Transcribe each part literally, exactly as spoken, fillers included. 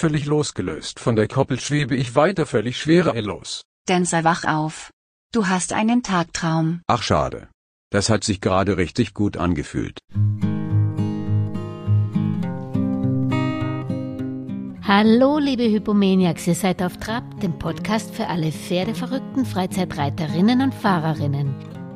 völlig losgelöst. Von der Koppel schwebe ich weiter völlig schwerelos. Dancer, wach auf. Du hast einen Tagtraum. Ach schade. Das hat sich gerade richtig gut angefühlt. Hallo liebe Hypomaniacs, ihr seid auf Trab, dem Podcast für alle pferdeverrückten Freizeitreiterinnen und Fahrerinnen.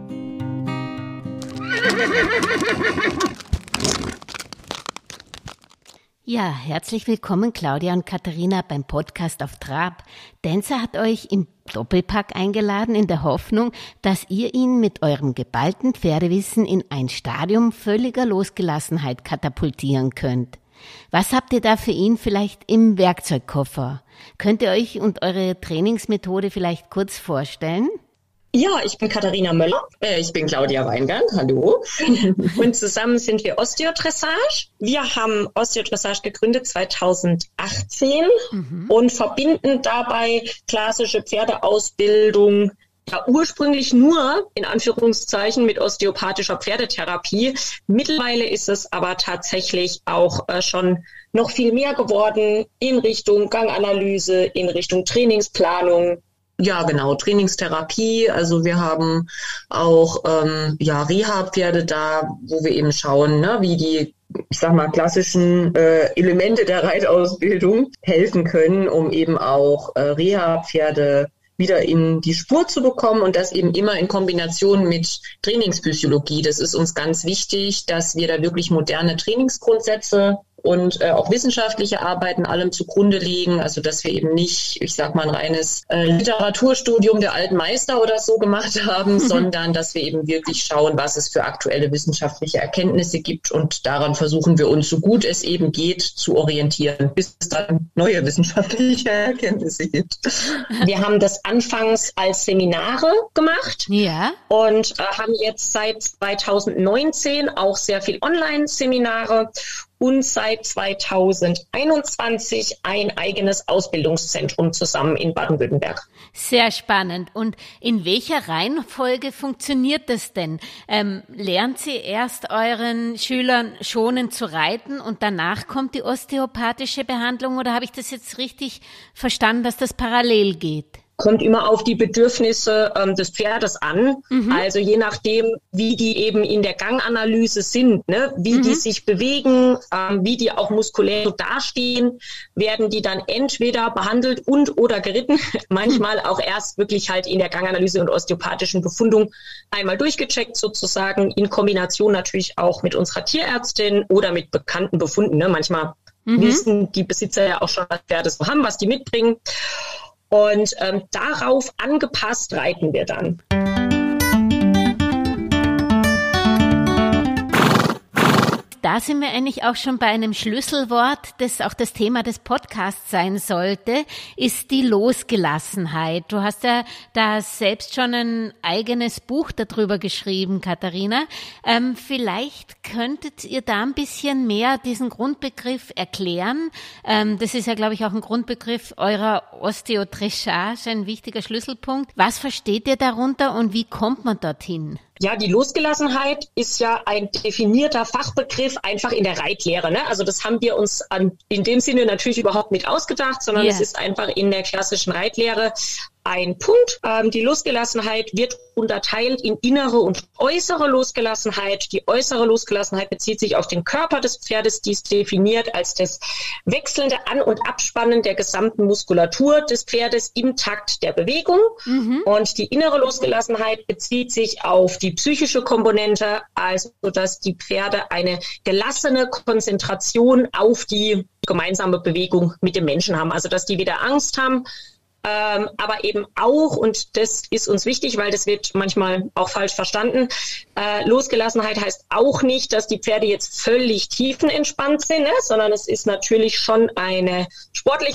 Ja, herzlich willkommen Claudia und Katharina beim Podcast auf Trab. Dancer hat euch im Doppelpack eingeladen in der Hoffnung, dass ihr ihn mit eurem geballten Pferdewissen in ein Stadium völliger Losgelassenheit katapultieren könnt. Was habt ihr da für ihn vielleicht im Werkzeugkoffer? Könnt ihr euch und eure Trainingsmethode vielleicht kurz vorstellen? Ja, ich bin Katharina Möller. Äh, ich bin Claudia Weingang. Hallo. Und zusammen sind wir Osteodressage. Wir haben Osteodressage gegründet zweitausendachtzehn mhm. und verbinden dabei klassische Pferdeausbildung ja ursprünglich nur in Anführungszeichen mit osteopathischer Pferdetherapie. Mittlerweile ist es aber tatsächlich auch äh, schon noch viel mehr geworden in Richtung Ganganalyse, in Richtung Trainingsplanung. Ja, genau, Trainingstherapie. Also wir haben auch ähm, ja Reha-Pferde da, wo wir eben schauen, ne, wie die, ich sag mal, klassischen äh, Elemente der Reitausbildung helfen können, um eben auch äh, Reha-Pferde wieder in die Spur zu bekommen und das eben immer in Kombination mit Trainingsphysiologie. Das ist uns ganz wichtig, dass wir da wirklich moderne Trainingsgrundsätze und äh, auch wissenschaftliche Arbeiten allem zugrunde legen, also dass wir eben nicht, ich sag mal, ein reines äh, Literaturstudium der alten Meister oder so gemacht haben, mhm. sondern dass wir eben wirklich schauen, was es für aktuelle wissenschaftliche Erkenntnisse gibt und daran versuchen wir uns, so gut es eben geht, zu orientieren, bis es dann neue wissenschaftliche Erkenntnisse gibt. Wir haben das anfangs als Seminare gemacht ja. und äh, haben jetzt seit zweitausendneunzehn auch sehr viel Online-Seminare und seit zweitausendeinundzwanzig ein eigenes Ausbildungszentrum zusammen in Baden-Württemberg. Sehr spannend. Und in welcher Reihenfolge funktioniert das denn? Ähm, lernt Sie erst euren Schülern schonend zu reiten und danach kommt die osteopathische Behandlung? Oder habe ich das jetzt richtig verstanden, dass das parallel geht? Kommt immer auf die Bedürfnisse ähm, des Pferdes an. Mhm. Also je nachdem, wie die eben in der Ganganalyse sind, ne, wie mhm. die sich bewegen, ähm, wie die auch muskulär so dastehen, werden die dann entweder behandelt und oder geritten. Manchmal auch erst wirklich halt in der Ganganalyse und osteopathischen Befundung einmal durchgecheckt sozusagen, in Kombination natürlich auch mit unserer Tierärztin oder mit bekannten Befunden. Ne. Manchmal mhm. wissen die Besitzer ja auch schon, was Pferde so haben, was die mitbringen. Und ähm, darauf angepasst reiten wir dann. Da sind wir eigentlich auch schon bei einem Schlüsselwort, das auch das Thema des Podcasts sein sollte, ist die Losgelassenheit. Du hast ja da selbst schon ein eigenes Buch darüber geschrieben, Katharina. Ähm, vielleicht könntet ihr da ein bisschen mehr diesen Grundbegriff erklären. Ähm, das ist ja, glaube ich, auch ein Grundbegriff eurer Osteodressage, ein wichtiger Schlüsselpunkt. Was versteht ihr darunter und wie kommt man dorthin? Ja, die Losgelassenheit ist ja ein definierter Fachbegriff einfach in der Reitlehre. Ne? Also das haben wir uns an, in dem Sinne natürlich überhaupt nicht ausgedacht, sondern yeah. es ist einfach in der klassischen Reitlehre ein Punkt. Ähm, die Losgelassenheit wird unterteilt in innere und äußere Losgelassenheit. Die äußere Losgelassenheit bezieht sich auf den Körper des Pferdes, die ist definiert als das wechselnde An- und Abspannen der gesamten Muskulatur des Pferdes im Takt der Bewegung. Mhm. Und die innere Losgelassenheit bezieht sich auf die psychische Komponente, also dass die Pferde eine gelassene Konzentration auf die gemeinsame Bewegung mit dem Menschen haben. Also dass die weder Angst haben, Ähm, aber eben auch, und das ist uns wichtig, weil das wird manchmal auch falsch verstanden, äh, Losgelassenheit heißt auch nicht, dass die Pferde jetzt völlig tiefenentspannt sind, ne? Sondern es ist natürlich schon eine sportliche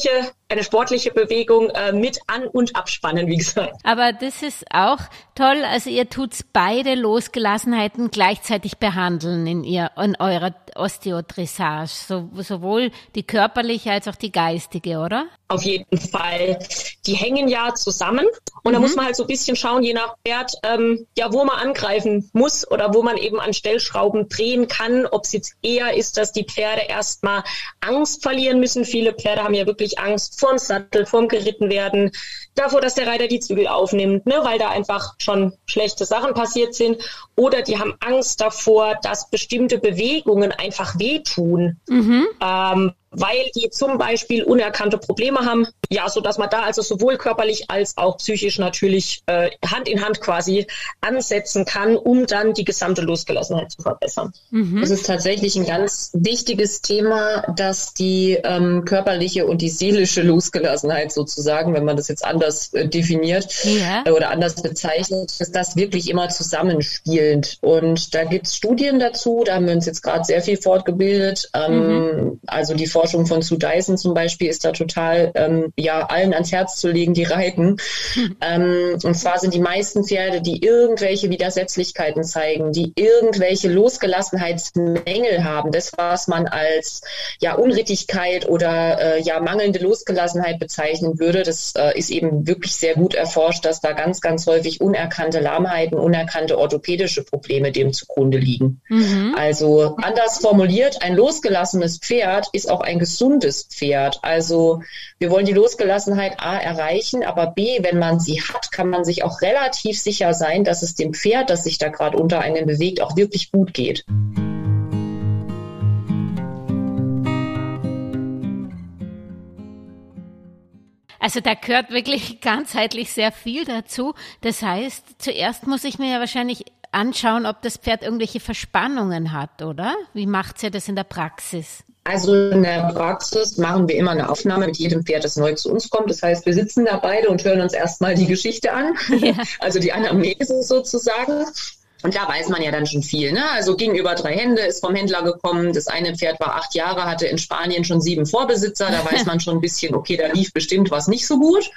eine sportliche Bewegung äh, mit An- und Abspannen, wie gesagt. Aber das ist auch toll, also ihr tut's beide Losgelassenheiten gleichzeitig behandeln in ihr, in eurer Osteodressage, so, sowohl die körperliche als auch die geistige, oder? Auf jeden Fall. Die hängen ja zusammen und mhm. da muss man halt so ein bisschen schauen, je nach Pferd, ähm, ja, wo man angreifen muss oder wo man eben an Stellschrauben drehen kann, ob es jetzt eher ist, dass die Pferde erstmal Angst verlieren müssen. Viele Pferde haben ja wirklich Angst vorm Sattel, vorm Geritten-werden, davor, dass der Reiter die Zügel aufnimmt, ne, weil da einfach schon schlechte Sachen passiert sind. Oder die haben Angst davor, dass bestimmte Bewegungen einfach wehtun. Mhm. Ähm, weil die zum Beispiel unerkannte Probleme haben, ja, so dass man da also sowohl körperlich als auch psychisch natürlich äh, Hand in Hand quasi ansetzen kann, um dann die gesamte Losgelassenheit zu verbessern. Mhm. Es ist tatsächlich ein ganz wichtiges Thema, dass die ähm, körperliche und die seelische Losgelassenheit sozusagen, wenn man das jetzt anders äh, definiert ja. äh, oder anders bezeichnet, dass das wirklich immer zusammenspielt. Und da gibt es Studien dazu, da haben wir uns jetzt gerade sehr viel fortgebildet. Ähm, mhm. Also die Forschung von Sue Dyson zum Beispiel ist da total ähm, ja allen ans Herz zu legen, die reiten. Hm. Ähm, und zwar sind die meisten Pferde, die irgendwelche Widersetzlichkeiten zeigen, die irgendwelche Losgelassenheitsmängel haben, das, was man als ja Unrittigkeit oder äh, ja mangelnde Losgelassenheit bezeichnen würde, das äh, ist eben wirklich sehr gut erforscht, dass da ganz, ganz häufig unerkannte Lahmheiten, unerkannte orthopädische Probleme dem zugrunde liegen. Mhm. Also anders formuliert, ein losgelassenes Pferd ist auch ein gesundes Pferd. Also wir wollen die Losgelassenheit A erreichen, aber B, wenn man sie hat, kann man sich auch relativ sicher sein, dass es dem Pferd, das sich da gerade unter einem bewegt, auch wirklich gut geht. Also da gehört wirklich ganzheitlich sehr viel dazu. Das heißt, zuerst muss ich mir ja wahrscheinlich anschauen, ob das Pferd irgendwelche Verspannungen hat, oder? Wie macht ihr das in der Praxis? Also in der Praxis machen wir immer eine Aufnahme mit jedem Pferd, das neu zu uns kommt. Das heißt, wir sitzen da beide und hören uns erstmal die Geschichte an, ja. Also die Anamnese sozusagen. Und da weiß man ja dann schon viel, ne? Also ging über drei Hände, ist vom Händler gekommen. Das eine Pferd war acht Jahre, hatte in Spanien schon sieben Vorbesitzer. Da weiß man schon ein bisschen, okay, da lief bestimmt was nicht so gut.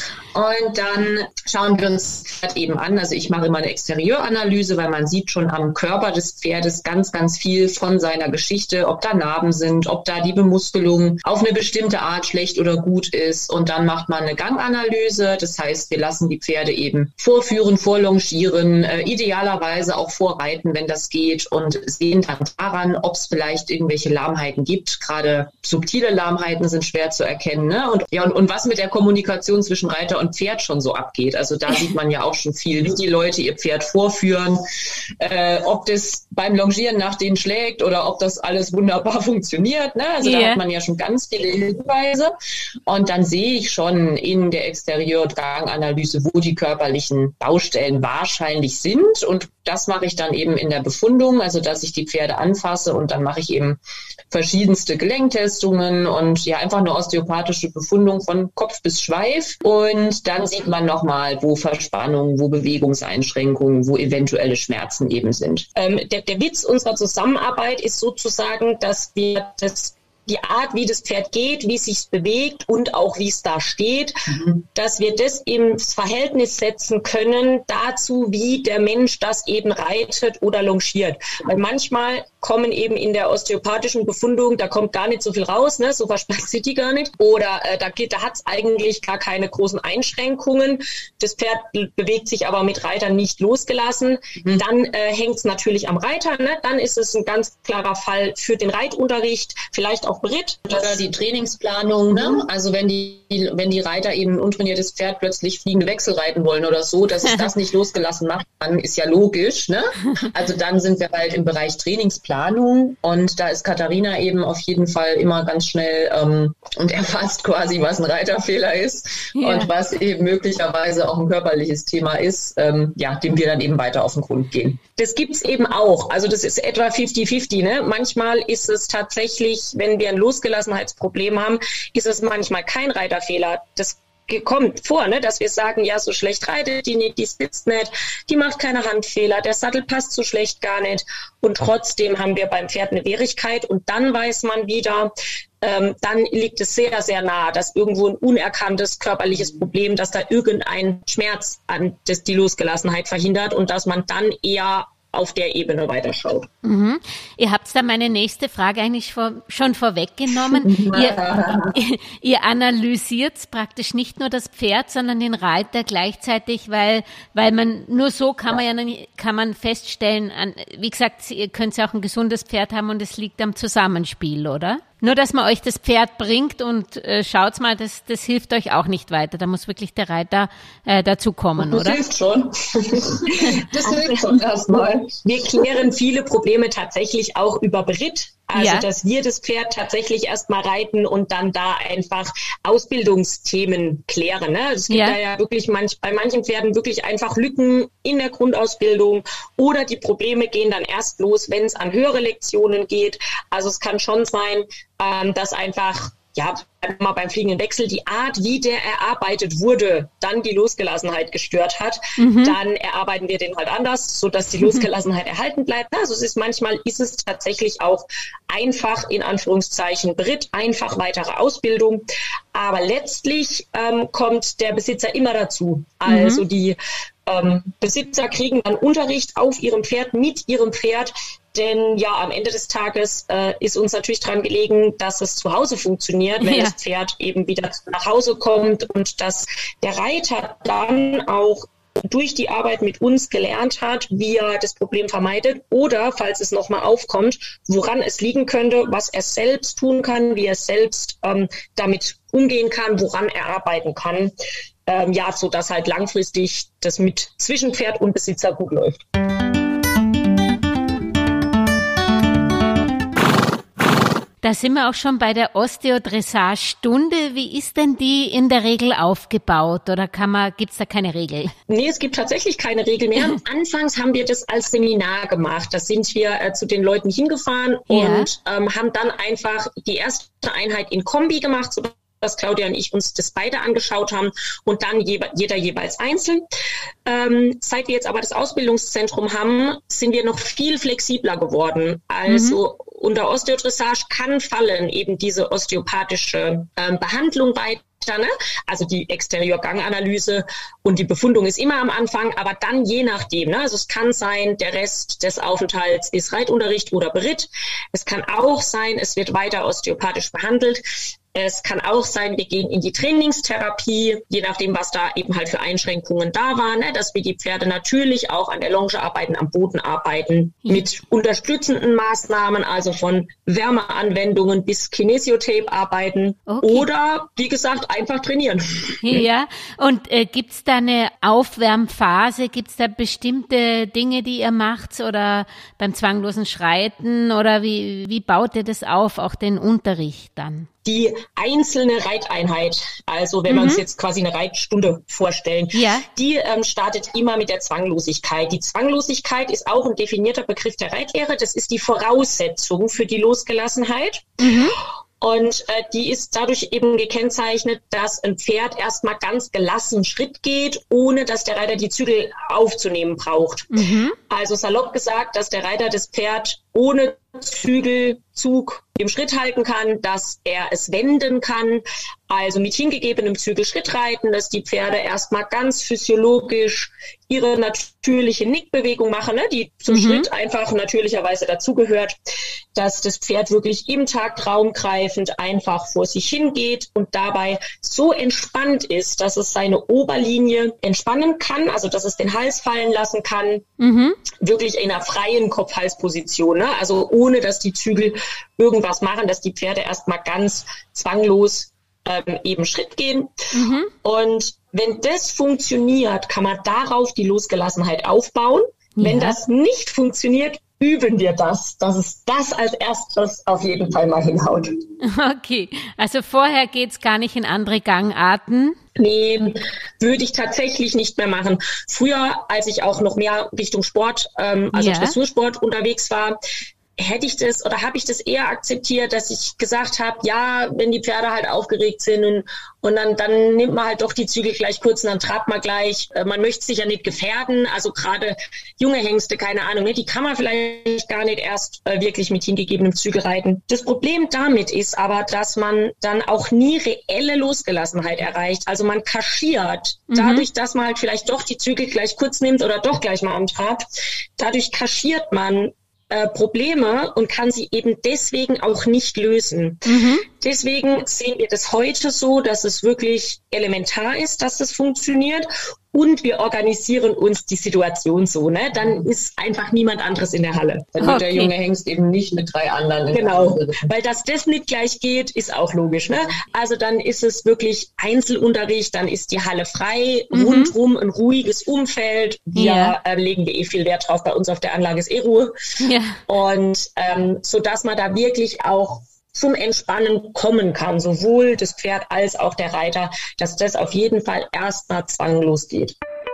Und dann schauen wir uns das Pferd eben an. Also ich mache immer eine Exterieuranalyse, weil man sieht schon am Körper des Pferdes ganz, ganz viel von seiner Geschichte, ob da Narben sind, ob da die Bemuskelung auf eine bestimmte Art schlecht oder gut ist. Und dann macht man eine Ganganalyse. Das heißt, wir lassen die Pferde eben vorführen, vorlongieren, äh, idealerweise auch vorreiten, wenn das geht, und sehen dann daran, ob es vielleicht irgendwelche Lahmheiten gibt. Gerade subtile Lahmheiten sind schwer zu erkennen, ne? Und ja, und, und was mit der Kommunikation zwischen Reiter und Pferd schon so abgeht. Also da sieht man ja auch schon viel, wie die Leute ihr Pferd vorführen, äh, ob das beim Longieren nach denen schlägt oder ob das alles wunderbar funktioniert, ne? Also yeah. Da hat man ja schon ganz viele Hinweise. Und dann sehe ich schon in der Exterieur- und Ganganalyse, wo die körperlichen Baustellen wahrscheinlich sind, und das mache ich dann eben in der Befundung, also dass ich die Pferde anfasse, und dann mache ich eben verschiedenste Gelenktestungen und ja einfach eine osteopathische Befundung von Kopf bis Schweif, und dann sieht man nochmal, wo Verspannungen, wo Bewegungseinschränkungen, wo eventuelle Schmerzen eben sind. Ähm, der, der Witz unserer Zusammenarbeit ist sozusagen, dass wir das die Art, wie das Pferd geht, wie es sich bewegt und auch wie es da steht, mhm. dass wir das ins Verhältnis setzen können dazu, wie der Mensch das eben reitet oder longiert. Weil manchmal kommen eben in der osteopathischen Befundung, da kommt gar nicht so viel raus, ne? So verspannt sind die gar nicht. Oder äh, da, geht, da hat es eigentlich gar keine großen Einschränkungen. Das Pferd bewegt sich aber mit Reitern nicht losgelassen. Mhm. Dann äh, hängt es natürlich am Reiter. Ne? Dann ist es ein ganz klarer Fall für den Reitunterricht, vielleicht auch Beritt. Oder die Trainingsplanung, ne? Also wenn die, wenn die Reiter eben ein untrainiertes Pferd plötzlich fliegende Wechsel reiten wollen oder so, dass es das nicht losgelassen macht, dann ist ja logisch, ne? Also dann sind wir halt im Bereich Trainingsplanung, und da ist Katharina eben auf jeden Fall immer ganz schnell ähm, und erfasst quasi, was ein Reiterfehler ist, ja. Und was eben möglicherweise auch ein körperliches Thema ist, ähm, ja, dem wir dann eben weiter auf den Grund gehen. Das gibt's eben auch. Also das ist etwa fifty fifty, ne? Manchmal ist es tatsächlich, wenn wir ein Losgelassenheitsproblem haben, ist es manchmal kein Reiterfehler. Das kommt vor, ne, dass wir sagen, ja, so schlecht reitet die nicht, die sitzt nicht, die macht keine Handfehler, der Sattel passt so schlecht gar nicht und trotzdem haben wir beim Pferd eine Wehrigkeit und dann weiß man wieder, ähm, dann liegt es sehr, sehr nah, dass irgendwo ein unerkanntes körperliches Problem, dass da irgendein Schmerz an das, die Losgelassenheit verhindert und dass man dann eher auf der Ebene weiterschaut. Mhm. Ihr habt da meine nächste Frage eigentlich vor, schon vorweggenommen. ihr, ihr analysiert praktisch nicht nur das Pferd, sondern den Reiter gleichzeitig, weil, weil man, nur so kann man ja, kann man feststellen, an, wie gesagt, ihr könnt ja auch ein gesundes Pferd haben und es liegt am Zusammenspiel, oder? Nur, dass man euch das Pferd bringt und äh, schaut's mal, das, das hilft euch auch nicht weiter. Da muss wirklich der Reiter äh, dazu kommen, das oder? Das hilft schon. Das hilft schon erstmal. Wir klären viele Probleme tatsächlich auch über Beritt. Also, ja. dass wir das Pferd tatsächlich erstmal reiten und dann da einfach Ausbildungsthemen klären. Ne? Es gibt ja. da ja wirklich manch, bei manchen Pferden wirklich einfach Lücken in der Grundausbildung oder die Probleme gehen dann erst los, wenn es an höhere Lektionen geht. Also es kann schon sein, ähm, dass einfach ja, mal beim fliegenden Wechsel die Art, wie der erarbeitet wurde, dann die Losgelassenheit gestört hat, mhm. dann erarbeiten wir den halt anders, sodass die Losgelassenheit erhalten bleibt. Also es ist manchmal, ist es tatsächlich auch einfach, in Anführungszeichen, Beritt, einfach weitere Ausbildung. Aber letztlich ähm, kommt der Besitzer immer dazu. Also mhm. die ähm, Besitzer kriegen dann Unterricht auf ihrem Pferd, mit ihrem Pferd. Denn ja, am Ende des Tages äh, ist uns natürlich daran gelegen, dass es zu Hause funktioniert, wenn ja. das Pferd eben wieder nach Hause kommt und dass der Reiter dann auch durch die Arbeit mit uns gelernt hat, wie er das Problem vermeidet oder, falls es nochmal aufkommt, woran es liegen könnte, was er selbst tun kann, wie er selbst ähm, damit umgehen kann, woran er arbeiten kann. Ähm, ja, so dass halt langfristig das mit zwischen Pferd und Besitzer gut läuft. Da sind wir auch schon bei der Osteodressage-Stunde. Wie ist denn die in der Regel aufgebaut oder kann man, gibt's da keine Regel? Nee, es gibt tatsächlich keine Regel mehr. Anfangs haben wir das als Seminar gemacht. Da sind wir äh, zu den Leuten hingefahren ja. und ähm, haben dann einfach die erste Einheit in Kombi gemacht, so dass Claudia und ich uns das beide angeschaut haben und dann je, jeder jeweils einzeln. Ähm, seit wir jetzt aber das Ausbildungszentrum haben, sind wir noch viel flexibler geworden. Also mhm. unter Osteodressage kann fallen eben diese osteopathische ähm, Behandlung weiter. Ne? Also die Exterior-Gang-Analyse und die Befundung ist immer am Anfang, aber dann je nachdem. Ne? Also es kann sein, der Rest des Aufenthalts ist Reitunterricht oder Beritt. Es kann auch sein, es wird weiter osteopathisch behandelt. Es kann auch sein, wir gehen in die Trainingstherapie, je nachdem, was da eben halt für Einschränkungen da waren, ne? Dass wir die Pferde natürlich auch an der Longe arbeiten, am Boden arbeiten, ja. mit unterstützenden Maßnahmen, also von Wärmeanwendungen bis Kinesiotape arbeiten okay. oder, wie gesagt, einfach trainieren. Ja, und äh, gibt's da eine Aufwärmphase? Gibt's da bestimmte Dinge, die ihr macht oder beim zwanglosen Schreiten oder wie, wie baut ihr das auf, auch den Unterricht dann? Die einzelne Reiteinheit, also wenn mhm. wir uns jetzt quasi eine Reitstunde vorstellen, ja. die ähm, startet immer mit der Zwanglosigkeit. Die Zwanglosigkeit ist auch ein definierter Begriff der Reitlehre. Das ist die Voraussetzung für die Losgelassenheit. Mhm. Und äh, die ist dadurch eben gekennzeichnet, dass ein Pferd erstmal ganz gelassen Schritt geht, ohne dass der Reiter die Zügel aufzunehmen braucht. Mhm. Also salopp gesagt, dass der Reiter das Pferd ohne Zügelzug im Schritt halten kann, dass er es wenden kann, also mit hingegebenem Zügel Schritt reiten, dass die Pferde erstmal ganz physiologisch ihre natürliche Nickbewegung machen, ne, die zum mhm. Schritt einfach natürlicherweise dazugehört, dass das Pferd wirklich im Takt raumgreifend einfach vor sich hingeht und dabei so entspannt ist, dass es seine Oberlinie entspannen kann, also dass es den Hals fallen lassen kann, mhm. wirklich in einer freien Kopf-Hals-Position, ne, also ohne dass die Zügel irgendwas machen, dass die Pferde erstmal ganz zwanglos ähm, eben Schritt gehen. Mhm. Und wenn das funktioniert, kann man darauf die Losgelassenheit aufbauen. Ja. Wenn das nicht funktioniert, üben wir das, dass es das als erstes auf jeden Fall mal hinhaut. Okay, also vorher geht's gar nicht in andere Gangarten? Nee, würde ich tatsächlich nicht mehr machen. Früher, als ich auch noch mehr Richtung Sport, ähm, also ja. Dressursport unterwegs war, hätte ich das oder habe ich das eher akzeptiert, dass ich gesagt habe, ja, wenn die Pferde halt aufgeregt sind und, und dann, dann nimmt man halt doch die Zügel gleich kurz und dann trabt man gleich. Man möchte sich ja nicht gefährden, also gerade junge Hengste, keine Ahnung, ne, die kann man vielleicht gar nicht erst äh, wirklich mit hingegebenem Zügel reiten. Das Problem damit ist aber, dass man dann auch nie reelle Losgelassenheit erreicht. Also man kaschiert, mhm. dadurch, dass man halt vielleicht doch die Zügel gleich kurz nimmt oder doch gleich mal am Trab, dadurch kaschiert man Äh, Probleme und kann sie eben deswegen auch nicht lösen. Mhm. Deswegen sehen wir das heute so, dass es wirklich elementar ist, dass das funktioniert und wir organisieren uns die Situation so, ne? Dann ist einfach niemand anderes in der Halle. Dann wird okay. der junge Hengst eben nicht mit drei anderen. Genau, weil dass das nicht gleich geht, ist auch logisch, ne? Also dann ist es wirklich Einzelunterricht, dann ist die Halle frei, mhm. rundrum ein ruhiges Umfeld. Wir ja. äh, legen wir eh viel Wert drauf, bei uns auf der Anlage ist eh Ruhe. Ja. Und ähm, so dass man da wirklich auch zum Entspannen kommen kann, sowohl das Pferd als auch der Reiter, dass das auf jeden Fall erstmal zwanglos geht.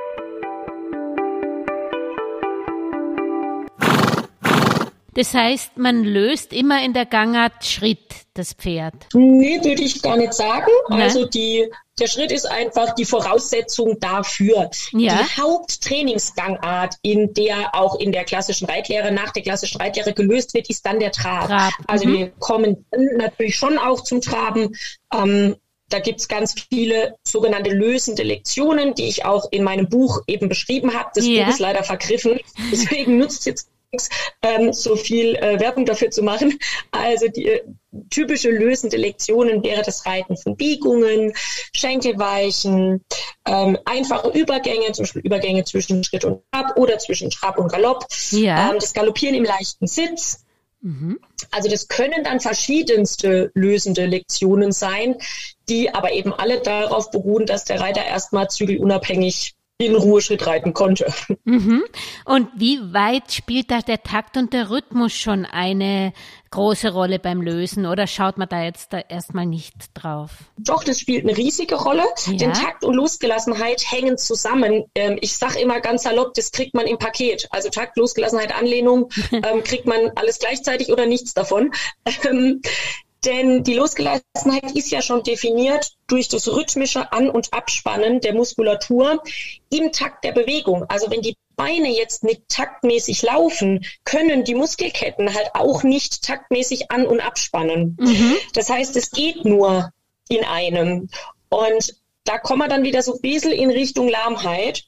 Das heißt, man löst immer in der Gangart Schritt, das Pferd? Nee, würde ich gar nicht sagen. Ne? Also die, der Schritt ist einfach die Voraussetzung dafür. Ja. Die Haupttrainingsgangart, in der auch in der klassischen Reitlehre, nach der klassischen Reitlehre gelöst wird, ist dann der Trab. Trab. Also mhm. wir kommen natürlich schon auch zum Traben. Ähm, Da gibt's ganz viele sogenannte lösende Lektionen, die ich auch in meinem Buch eben beschrieben habe. Das ja. Buch ist leider vergriffen, deswegen nutzt jetzt Ähm, so viel äh, Werbung dafür zu machen. Also die äh, typische lösende Lektionen wäre das Reiten von Biegungen, Schenkelweichen, ähm, einfache Übergänge, zum Beispiel Übergänge zwischen Schritt und Trab oder zwischen Trab und Galopp, ja. ähm, das Galoppieren im leichten Sitz. Mhm. Also das können dann verschiedenste lösende Lektionen sein, die aber eben alle darauf beruhen, dass der Reiter erstmal zügelunabhängig in Ruheschritt reiten konnte. Mhm. Und wie weit spielt da der Takt und der Rhythmus schon eine große Rolle beim Lösen oder schaut man da jetzt da erstmal nicht drauf? Doch, das spielt eine riesige Rolle. Ja. Denn Takt und Losgelassenheit hängen zusammen. Ähm, ich sage immer ganz salopp, das kriegt man im Paket. Also Takt, Losgelassenheit, Anlehnung, ähm, kriegt man alles gleichzeitig oder nichts davon. Ähm, Denn die Losgelassenheit ist ja schon definiert durch das rhythmische An- und Abspannen der Muskulatur im Takt der Bewegung. Also wenn die Beine jetzt nicht taktmäßig laufen, können die Muskelketten halt auch nicht taktmäßig an- und abspannen. Mhm. Das heißt, es geht nur in einem. Und da kommen wir dann wieder so ein bisschen in Richtung Lahmheit.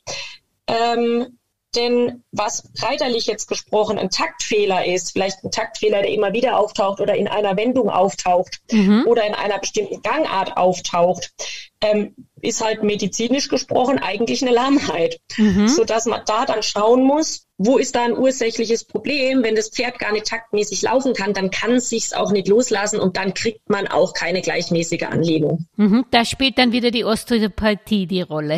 Ähm, Denn was reiterlich jetzt gesprochen ein Taktfehler ist, vielleicht ein Taktfehler, der immer wieder auftaucht oder in einer Wendung auftaucht mhm. oder in einer bestimmten Gangart auftaucht, ähm, ist halt medizinisch gesprochen eigentlich eine Lahmheit. Mhm. Sodass man da dann schauen muss, wo ist da ein ursächliches Problem? Wenn das Pferd gar nicht taktmäßig laufen kann, dann kann es sich auch nicht loslassen und dann kriegt man auch keine gleichmäßige Anlehnung. Mhm. Da spielt dann wieder die Osteopathie die Rolle.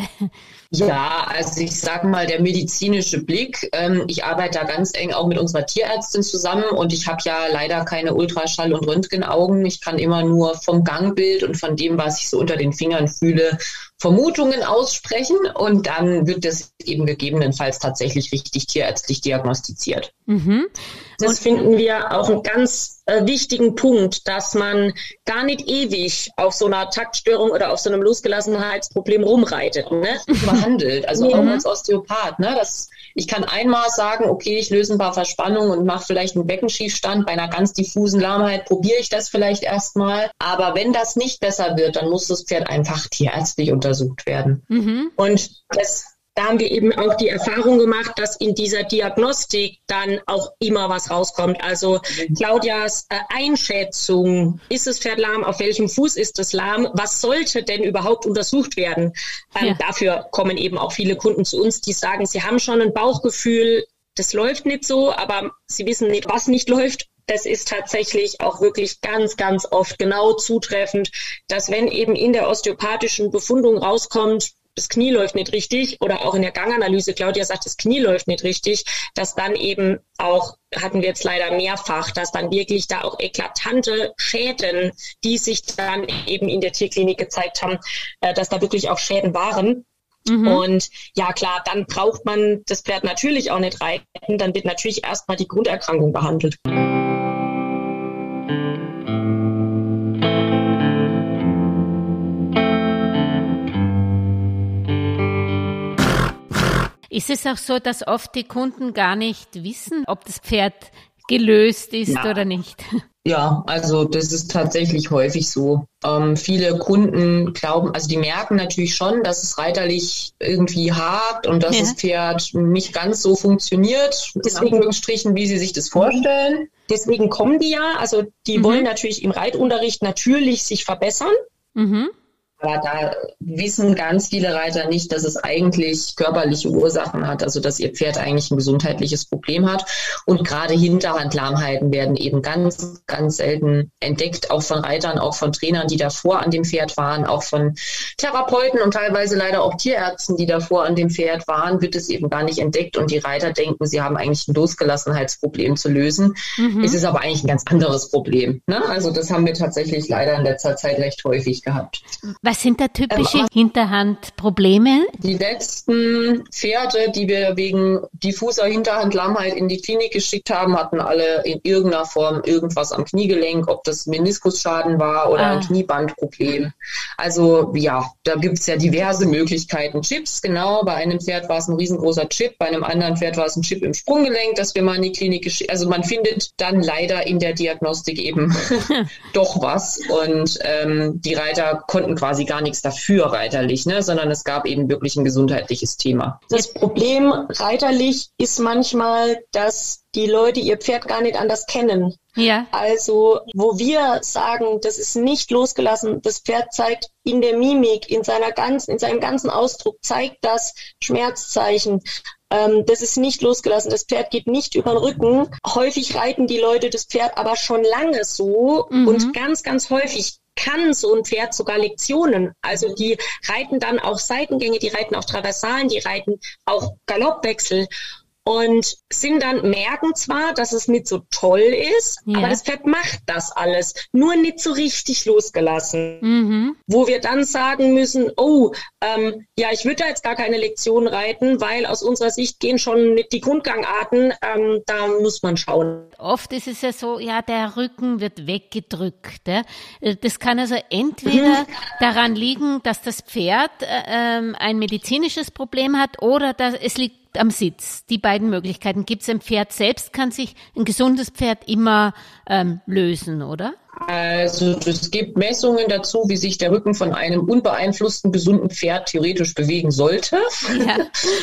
Ja, also ich sage mal, der medizinische Blick. Ähm, ich arbeite da ganz eng auch mit unserer Tierärztin zusammen und ich habe ja leider keine Ultraschall- und Röntgenaugen. Ich kann immer nur vom Gangbild und von dem, was ich so unter den Fingern fühle, Vermutungen aussprechen und dann wird das eben gegebenenfalls tatsächlich richtig tierärztlich diagnostiziert. Mhm. Das finden wir auch einen ganz äh, wichtigen Punkt, dass man gar nicht ewig auf so einer Taktstörung oder auf so einem Losgelassenheitsproblem rumreitet. Ne? Behandelt, also ja. auch als Osteopath. Ne? Das, ich kann einmal sagen, okay, ich löse ein paar Verspannungen und mache vielleicht einen Beckenschiefstand. Bei einer ganz diffusen Lahmheit probiere ich das vielleicht erstmal. Aber wenn das nicht besser wird, dann muss das Pferd einfach tierärztlich untersucht werden. Mhm. Und das Da haben wir eben auch die Erfahrung gemacht, dass in dieser Diagnostik dann auch immer was rauskommt. Also Claudias äh, Einschätzung, ist das Pferd lahm, auf welchem Fuß ist es lahm, was sollte denn überhaupt untersucht werden? Ähm, ja. Dafür kommen eben auch viele Kunden zu uns, die sagen, sie haben schon ein Bauchgefühl, das läuft nicht so, aber sie wissen nicht, was nicht läuft. Das ist tatsächlich auch wirklich ganz, ganz oft genau zutreffend, dass wenn eben in der osteopathischen Befundung rauskommt, das Knie läuft nicht richtig oder auch in der Ganganalyse, Claudia sagt, das Knie läuft nicht richtig, dass dann eben auch, hatten wir jetzt leider mehrfach, dass dann wirklich da auch eklatante Schäden, die sich dann eben in der Tierklinik gezeigt haben, dass da wirklich auch Schäden waren. Mhm. Und ja klar, dann braucht man das Pferd natürlich auch nicht reiten, dann wird natürlich erstmal die Grunderkrankung behandelt. Ist es auch so, dass oft die Kunden gar nicht wissen, ob das Pferd gelöst ist ja. oder nicht? Ja, also das ist tatsächlich häufig so. Ähm, viele Kunden glauben, also die merken natürlich schon, dass es reiterlich irgendwie hakt und dass ja. das Pferd nicht ganz so funktioniert, deswegen, in Anführungsstrichen, wie sie sich das vorstellen. Deswegen kommen die ja, also die mhm. wollen natürlich im Reitunterricht natürlich sich verbessern. Mhm. Aber da wissen ganz viele Reiter nicht, dass es eigentlich körperliche Ursachen hat, also dass ihr Pferd eigentlich ein gesundheitliches Problem hat. Und gerade Hinterhandlahmheiten werden eben ganz, ganz selten entdeckt, auch von Reitern, auch von Trainern, die davor an dem Pferd waren, auch von Therapeuten und teilweise leider auch Tierärzten, die davor an dem Pferd waren, wird es eben gar nicht entdeckt. Und die Reiter denken, sie haben eigentlich ein Losgelassenheitsproblem zu lösen. Mhm. Es ist aber eigentlich ein ganz anderes Problem, ne? Also das haben wir tatsächlich leider in letzter Zeit recht häufig gehabt. Was sind da typische ähm, Hinterhandprobleme? Die letzten Pferde, die wir wegen diffuser Hinterhandlahmheit in die Klinik geschickt haben, hatten alle in irgendeiner Form irgendwas am Kniegelenk, ob das Meniskusschaden war oder ah. ein Kniebandproblem. Also ja, da gibt es ja diverse Möglichkeiten. Chips, genau, bei einem Pferd war es ein riesengroßer Chip, bei einem anderen Pferd war es ein Chip im Sprunggelenk, das wir mal in die Klinik geschickt haben. Also man findet dann leider in der Diagnostik eben doch was und ähm, die Reiter konnten quasi gar nichts dafür reiterlich, ne, sondern es gab eben wirklich ein gesundheitliches Thema. Das Problem reiterlich ist manchmal, dass die Leute ihr Pferd gar nicht anders kennen. Ja. Also, wo wir sagen, das ist nicht losgelassen, das Pferd zeigt in der Mimik, in seiner ganzen, in seinem ganzen Ausdruck, zeigt das Schmerzzeichen. Ähm, das ist nicht losgelassen. Das Pferd geht nicht über den Rücken. Häufig reiten die Leute das Pferd aber schon lange so mhm. und ganz, ganz häufig kann so ein Pferd sogar Lektionen. Also die reiten dann auch Seitengänge, die reiten auch Traversalen, die reiten auch Galoppwechsel. Und sind dann, merken zwar, dass es nicht so toll ist, ja. aber das Pferd macht das alles, nur nicht so richtig losgelassen. Mhm. Wo wir dann sagen müssen, oh, ähm, ja, ich würde da jetzt gar keine Lektion reiten, weil aus unserer Sicht gehen schon nicht die Grundgangarten, ähm, da muss man schauen. Oft ist es ja so, ja, der Rücken wird weggedrückt. Ja? Das kann also entweder mhm. daran liegen, dass das Pferd äh, ein medizinisches Problem hat oder dass es liegt am Sitz. Die beiden Möglichkeiten gibt es. Ein Pferd selbst kann sich, ein gesundes Pferd immer ähm, lösen, oder? Also es gibt Messungen dazu, wie sich der Rücken von einem unbeeinflussten, gesunden Pferd theoretisch bewegen sollte. Ja.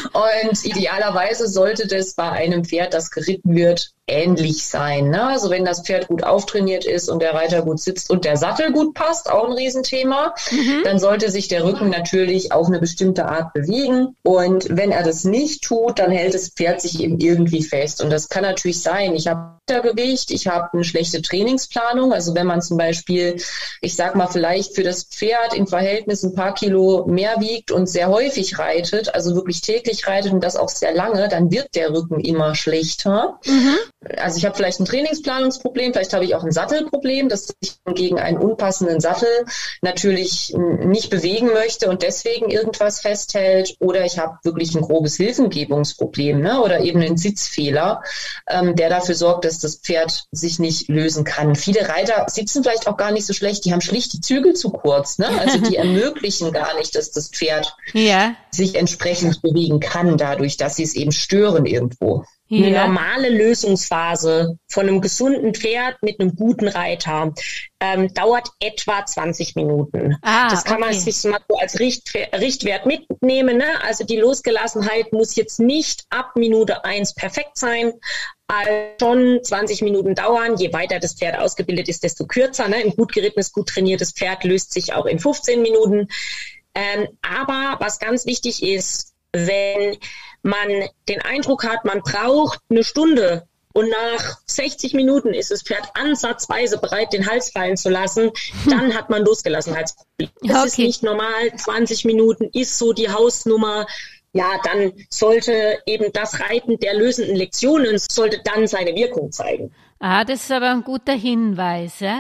Und idealerweise sollte das bei einem Pferd, das geritten wird, ähnlich sein. Ne? Also wenn das Pferd gut auftrainiert ist und der Reiter gut sitzt und der Sattel gut passt, auch ein Riesenthema, mhm. dann sollte sich der Rücken natürlich auf eine bestimmte Art bewegen. Und wenn er das nicht tut, dann hält das Pferd sich eben irgendwie fest. Und das kann natürlich sein, ich habe Untergewicht, ich habe eine schlechte Trainingsplanung. Also wenn man zum Beispiel, ich sag mal, vielleicht für das Pferd im Verhältnis ein paar Kilo mehr wiegt und sehr häufig reitet, also wirklich täglich reitet und das auch sehr lange, dann wird der Rücken immer schlechter. Mhm. Also ich habe vielleicht ein Trainingsplanungsproblem, vielleicht habe ich auch ein Sattelproblem, dass ich gegen einen unpassenden Sattel natürlich nicht bewegen möchte und deswegen irgendwas festhält. Oder ich habe wirklich ein grobes Hilfengebungsproblem, ne? Oder eben einen Sitzfehler, ähm, der dafür sorgt, dass das Pferd sich nicht lösen kann. Viele Reiter sitzen vielleicht auch gar nicht so schlecht, die haben schlicht die Zügel zu kurz, ne? Also die ermöglichen gar nicht, dass das Pferd ja. sich entsprechend bewegen kann, dadurch, dass sie es eben stören irgendwo. Eine ja. normale Lösungsphase von einem gesunden Pferd mit einem guten Reiter ähm, dauert etwa zwanzig Minuten. Ah, das kann okay. man sich mal so als Richt, Richtwert mitnehmen. Ne? Also die Losgelassenheit muss jetzt nicht ab Minute eins perfekt sein. Also schon zwanzig Minuten dauern. Je weiter das Pferd ausgebildet ist, desto kürzer. Ne? Ein gut gerittenes, gut trainiertes Pferd löst sich auch in fünfzehn Minuten. Ähm, aber was ganz wichtig ist, wenn man den Eindruck hat, man braucht eine Stunde und nach sechzig Minuten ist das Pferd ansatzweise bereit, den Hals fallen zu lassen, dann hat man Losgelassenheitsproblem. Das okay. ist nicht normal. zwanzig Minuten ist so die Hausnummer. Ja, dann sollte eben das Reiten der lösenden Lektionen, sollte dann seine Wirkung zeigen. Ah, das ist aber ein guter Hinweis, ja?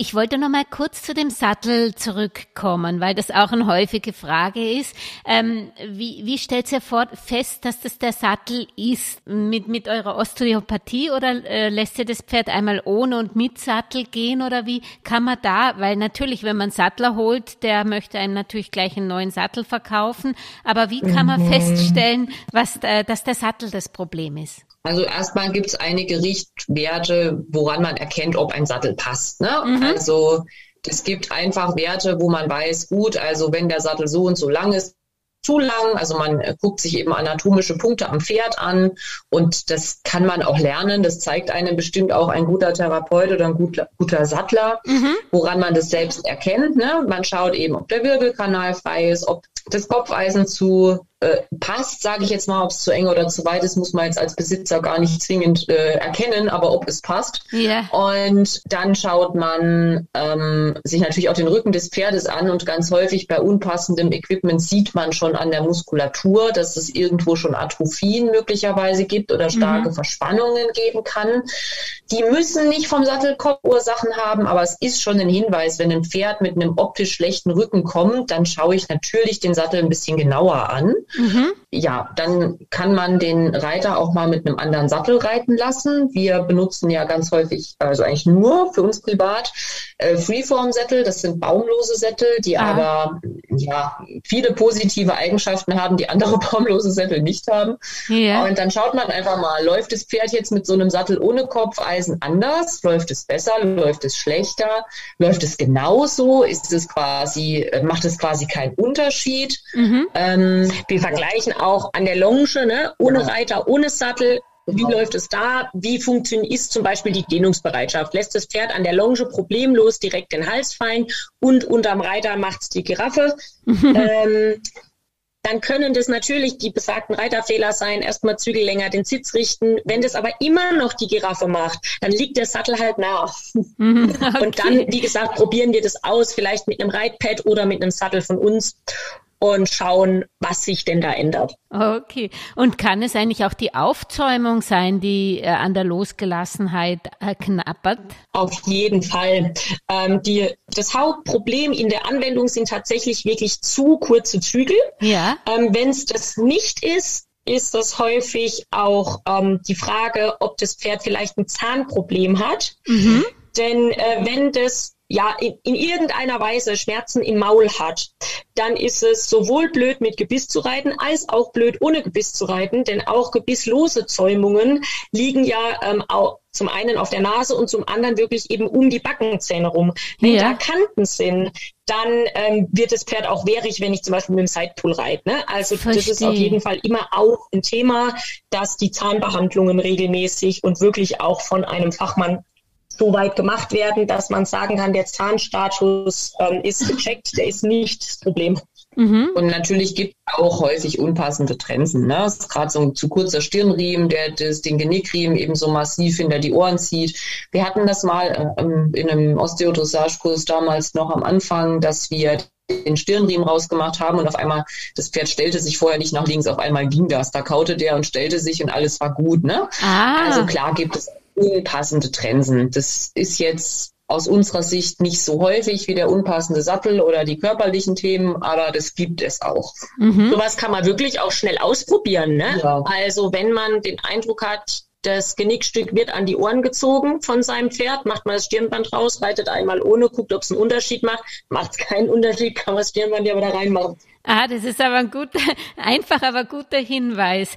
ich wollte noch mal kurz zu dem Sattel zurückkommen, weil das auch eine häufige Frage ist. Ähm, wie, wie stellt ihr vor, fest, dass das der Sattel ist mit, mit eurer Osteopathie oder äh, lässt ihr das Pferd einmal ohne und mit Sattel gehen oder wie kann man da, weil natürlich, wenn man einen Sattler holt, der möchte einem natürlich gleich einen neuen Sattel verkaufen, aber wie kann man mhm. feststellen, was, äh, dass der Sattel das Problem ist? Also erstmal gibt es einige Richtwerte, woran man erkennt, ob ein Sattel passt. Ne? Mhm. Also es gibt einfach Werte, wo man weiß, gut, also wenn der Sattel so und so lang ist, zu lang, also man äh, guckt sich eben anatomische Punkte am Pferd an und das kann man auch lernen, das zeigt einem bestimmt auch ein guter Therapeut oder ein guter, guter Sattler, mhm. woran man das selbst erkennt. Ne? Man schaut eben, ob der Wirbelkanal frei ist, ob das Kopfeisen zu äh, passt, sage ich jetzt mal, ob es zu eng oder zu weit ist, muss man jetzt als Besitzer gar nicht zwingend äh, erkennen, aber ob es passt. Yeah. Und dann schaut man ähm, sich natürlich auch den Rücken des Pferdes an und ganz häufig bei unpassendem Equipment sieht man schon an der Muskulatur, dass es irgendwo schon Atrophien möglicherweise gibt oder starke mhm. Verspannungen geben kann. Die müssen nicht vom Sattelkopf Ursachen haben, aber es ist schon ein Hinweis, wenn ein Pferd mit einem optisch schlechten Rücken kommt, dann schaue ich natürlich den Sattel ein bisschen genauer an. Mhm. Ja, dann kann man den Reiter auch mal mit einem anderen Sattel reiten lassen. Wir benutzen ja ganz häufig, also eigentlich nur für uns privat, äh, Freeform-Sättel. Das sind baumlose Sättel, die ah. aber ja viele positive Eigenschaften haben, die andere baumlose Sättel nicht haben. Ja. Und dann schaut man einfach mal, läuft das Pferd jetzt mit so einem Sattel ohne Kopfeisen anders? Läuft es besser? Läuft es schlechter? Läuft es genauso? Ist es quasi, macht es quasi keinen Unterschied? Mhm. Ähm, Wir vergleichen auch an der Longe, ne? Ohne genau. Reiter, ohne Sattel. Wie genau. läuft es da? Wie funktioniert ist zum Beispiel die Dehnungsbereitschaft? Lässt das Pferd an der Longe problemlos direkt den Hals fallen und unterm Reiter macht's die Giraffe? ähm, dann können das natürlich die besagten Reiterfehler sein, erstmal Zügel länger den Sitz richten. Wenn das aber immer noch die Giraffe macht, dann liegt der Sattel halt nach. Okay. Und dann, wie gesagt, probieren wir das aus, vielleicht mit einem Reitpad oder mit einem Sattel von uns und schauen, was sich denn da ändert. Okay. Und kann es eigentlich auch die Aufzäumung sein, die äh, an der Losgelassenheit äh, knabbert? Auf jeden Fall. Ähm, die, das Hauptproblem in der Anwendung sind tatsächlich wirklich zu kurze Zügel. Ja. Ähm, wenn es das nicht ist, ist das häufig auch ähm, die Frage, ob das Pferd vielleicht ein Zahnproblem hat. Mhm. Denn äh, wenn das ja in, in irgendeiner Weise Schmerzen im Maul hat, dann ist es sowohl blöd mit Gebiss zu reiten, als auch blöd ohne Gebiss zu reiten, denn auch gebisslose Zäumungen liegen ja ähm, auch zum einen auf der Nase und zum anderen wirklich eben um die Backenzähne rum. Wenn ja. da Kanten sind, dann ähm, wird das Pferd auch wehrig, wenn ich zum Beispiel mit dem Sidepull reite. Ne? Also Verstehe. Das ist auf jeden Fall immer auch ein Thema, dass die Zahnbehandlungen regelmäßig und wirklich auch von einem Fachmann so weit gemacht werden, dass man sagen kann, der Zahnstatus ähm, ist gecheckt, der ist nicht das Problem. Mhm. Und natürlich gibt es auch häufig unpassende Trensen. Ne? Das ist gerade so ein zu kurzer Stirnriemen, der das, den Genickriemen eben so massiv hinter die Ohren zieht. Wir hatten das mal ähm, in einem Osteodressage-Kurs damals noch am Anfang, dass wir den Stirnriemen rausgemacht haben und auf einmal, das Pferd stellte sich vorher nicht nach links, auf einmal ging das. Da kaute der und stellte sich und alles war gut. Ne? Ah. Also klar gibt es unpassende Trensen. Das ist jetzt aus unserer Sicht nicht so häufig wie der unpassende Sattel oder die körperlichen Themen, aber das gibt es auch. Mhm. Sowas kann man wirklich auch schnell ausprobieren. Ne? Ja. Also wenn man den Eindruck hat, das Genickstück wird an die Ohren gezogen von seinem Pferd, macht man das Stirnband raus, reitet einmal ohne, guckt, ob es einen Unterschied macht. Macht es keinen Unterschied, kann man das Stirnband ja wieder reinmachen. Ah, das ist aber ein guter, einfach, aber guter Hinweis.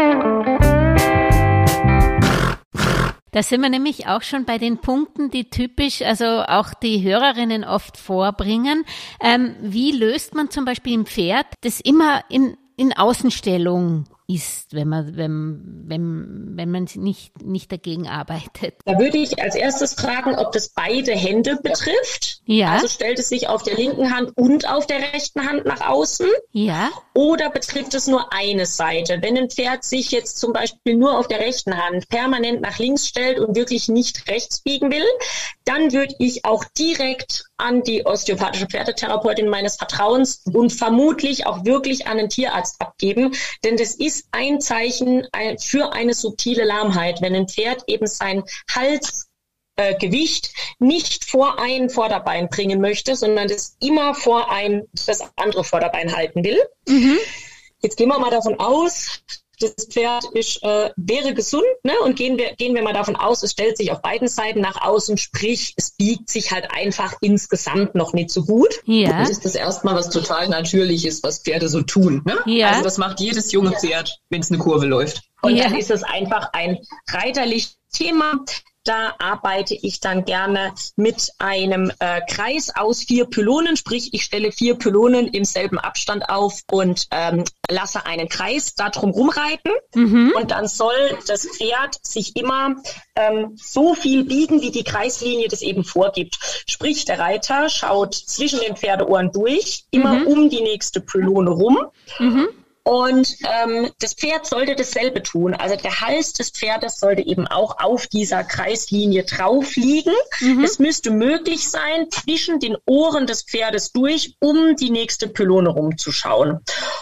Da sind wir nämlich auch schon bei den Punkten, die typisch, also auch die Hörerinnen oft vorbringen. Ähm, wie löst man zum Beispiel im Pferd, das immer in, in Außenstellung ist, wenn man, wenn, wenn, wenn man nicht, nicht dagegen arbeitet? Da würde ich als erstes fragen, ob das beide Hände betrifft. Ja. Also stellt es sich auf der linken Hand und auf der rechten Hand nach außen? Ja. Oder betrifft es nur eine Seite? Wenn ein Pferd sich jetzt zum Beispiel nur auf der rechten Hand permanent nach links stellt und wirklich nicht rechts biegen will, dann würde ich auch direkt an die osteopathische Pferdetherapeutin meines Vertrauens und vermutlich auch wirklich an den Tierarzt abgeben, denn das ist ein Zeichen für eine subtile Lahmheit, wenn ein Pferd eben seinen Hals äh, Gewicht nicht vor ein Vorderbein bringen möchte, sondern das immer vor ein das andere Vorderbein halten will. Mhm. Jetzt gehen wir mal davon aus, das Pferd ist, äh, wäre gesund, ne? Und gehen wir, gehen wir mal davon aus, es stellt sich auf beiden Seiten nach außen, sprich, es biegt sich halt einfach insgesamt noch nicht so gut. Ja. Das ist das erstmal was total Natürliches, was Pferde so tun. Ne? Ja. Also das macht jedes junge Pferd, wenn es eine Kurve läuft. Und ja. dann ist es einfach ein reiterliches Thema. Da arbeite ich dann gerne mit einem äh, Kreis aus vier Pylonen, sprich ich stelle vier Pylonen im selben Abstand auf und ähm, lasse einen Kreis da drum rumreiten. Mhm. Und dann soll das Pferd sich immer ähm, so viel biegen, wie die Kreislinie das eben vorgibt. Sprich, der Reiter schaut zwischen den Pferdeohren durch, immer mhm. um die nächste Pylone rum. Mhm. Und ähm, das Pferd sollte dasselbe tun. Also der Hals des Pferdes sollte eben auch auf dieser Kreislinie drauf liegen. Mhm. Es müsste möglich sein, zwischen den Ohren des Pferdes durch, um die nächste Pylone rumzuschauen.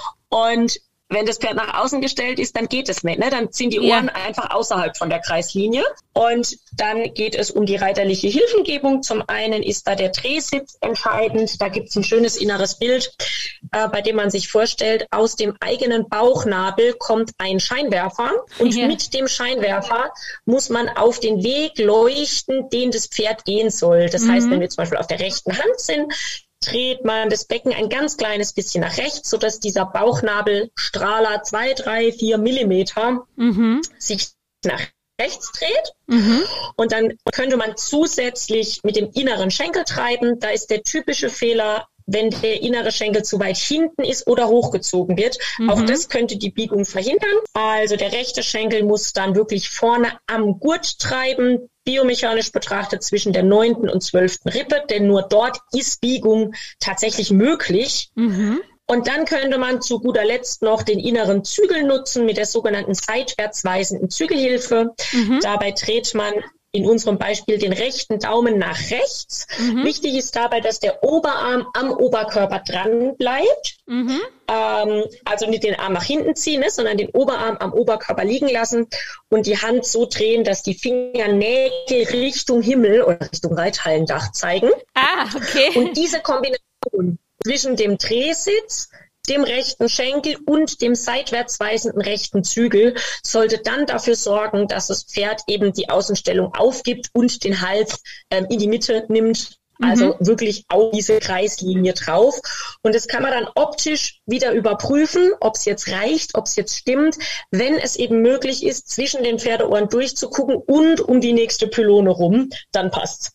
Und wenn das Pferd nach außen gestellt ist, dann geht es nicht. Ne? Dann sind die Ohren ja. einfach außerhalb von der Kreislinie. Und dann geht es um die reiterliche Hilfengebung. Zum einen ist da der Drehsitz entscheidend. Da gibt es ein schönes inneres Bild, äh, bei dem man sich vorstellt, aus dem eigenen Bauchnabel kommt ein Scheinwerfer. Und ja. mit dem Scheinwerfer muss man auf den Weg leuchten, den das Pferd gehen soll. Das mhm. heißt, wenn wir zum Beispiel auf der rechten Hand sind, dreht man das Becken ein ganz kleines bisschen nach rechts, sodass dieser Bauchnabelstrahler zwei, drei, vier Millimeter mhm. sich nach rechts dreht. Mhm. Und dann könnte man zusätzlich mit dem inneren Schenkel treiben. Da ist der typische Fehler, wenn der innere Schenkel zu weit hinten ist oder hochgezogen wird. Mhm. Auch das könnte die Biegung verhindern. Also der rechte Schenkel muss dann wirklich vorne am Gurt treiben, biomechanisch betrachtet zwischen der neunten und zwölften Rippe, denn nur dort ist Biegung tatsächlich möglich. Mhm. Und dann könnte man zu guter Letzt noch den inneren Zügel nutzen mit der sogenannten seitwärts weisenden Zügelhilfe. Mhm. Dabei dreht man in unserem Beispiel den rechten Daumen nach rechts. Mhm. Wichtig ist dabei, dass der Oberarm am Oberkörper dran bleibt. Mhm. Ähm, also nicht den Arm nach hinten ziehen, ne, sondern den Oberarm am Oberkörper liegen lassen und die Hand so drehen, dass die Fingernägel Richtung Himmel oder Richtung Reithallendach zeigen. Ah, okay. Und diese Kombination zwischen dem Drehsitz, dem rechten Schenkel und dem seitwärts weisenden rechten Zügel sollte dann dafür sorgen, dass das Pferd eben die Außenstellung aufgibt und den Hals ähm, in die Mitte nimmt, also mhm. wirklich auf diese Kreislinie drauf. Und das kann man dann optisch wieder überprüfen, ob es jetzt reicht, ob es jetzt stimmt, wenn es eben möglich ist, zwischen den Pferdeohren durchzugucken und um die nächste Pylone rum, dann passt's.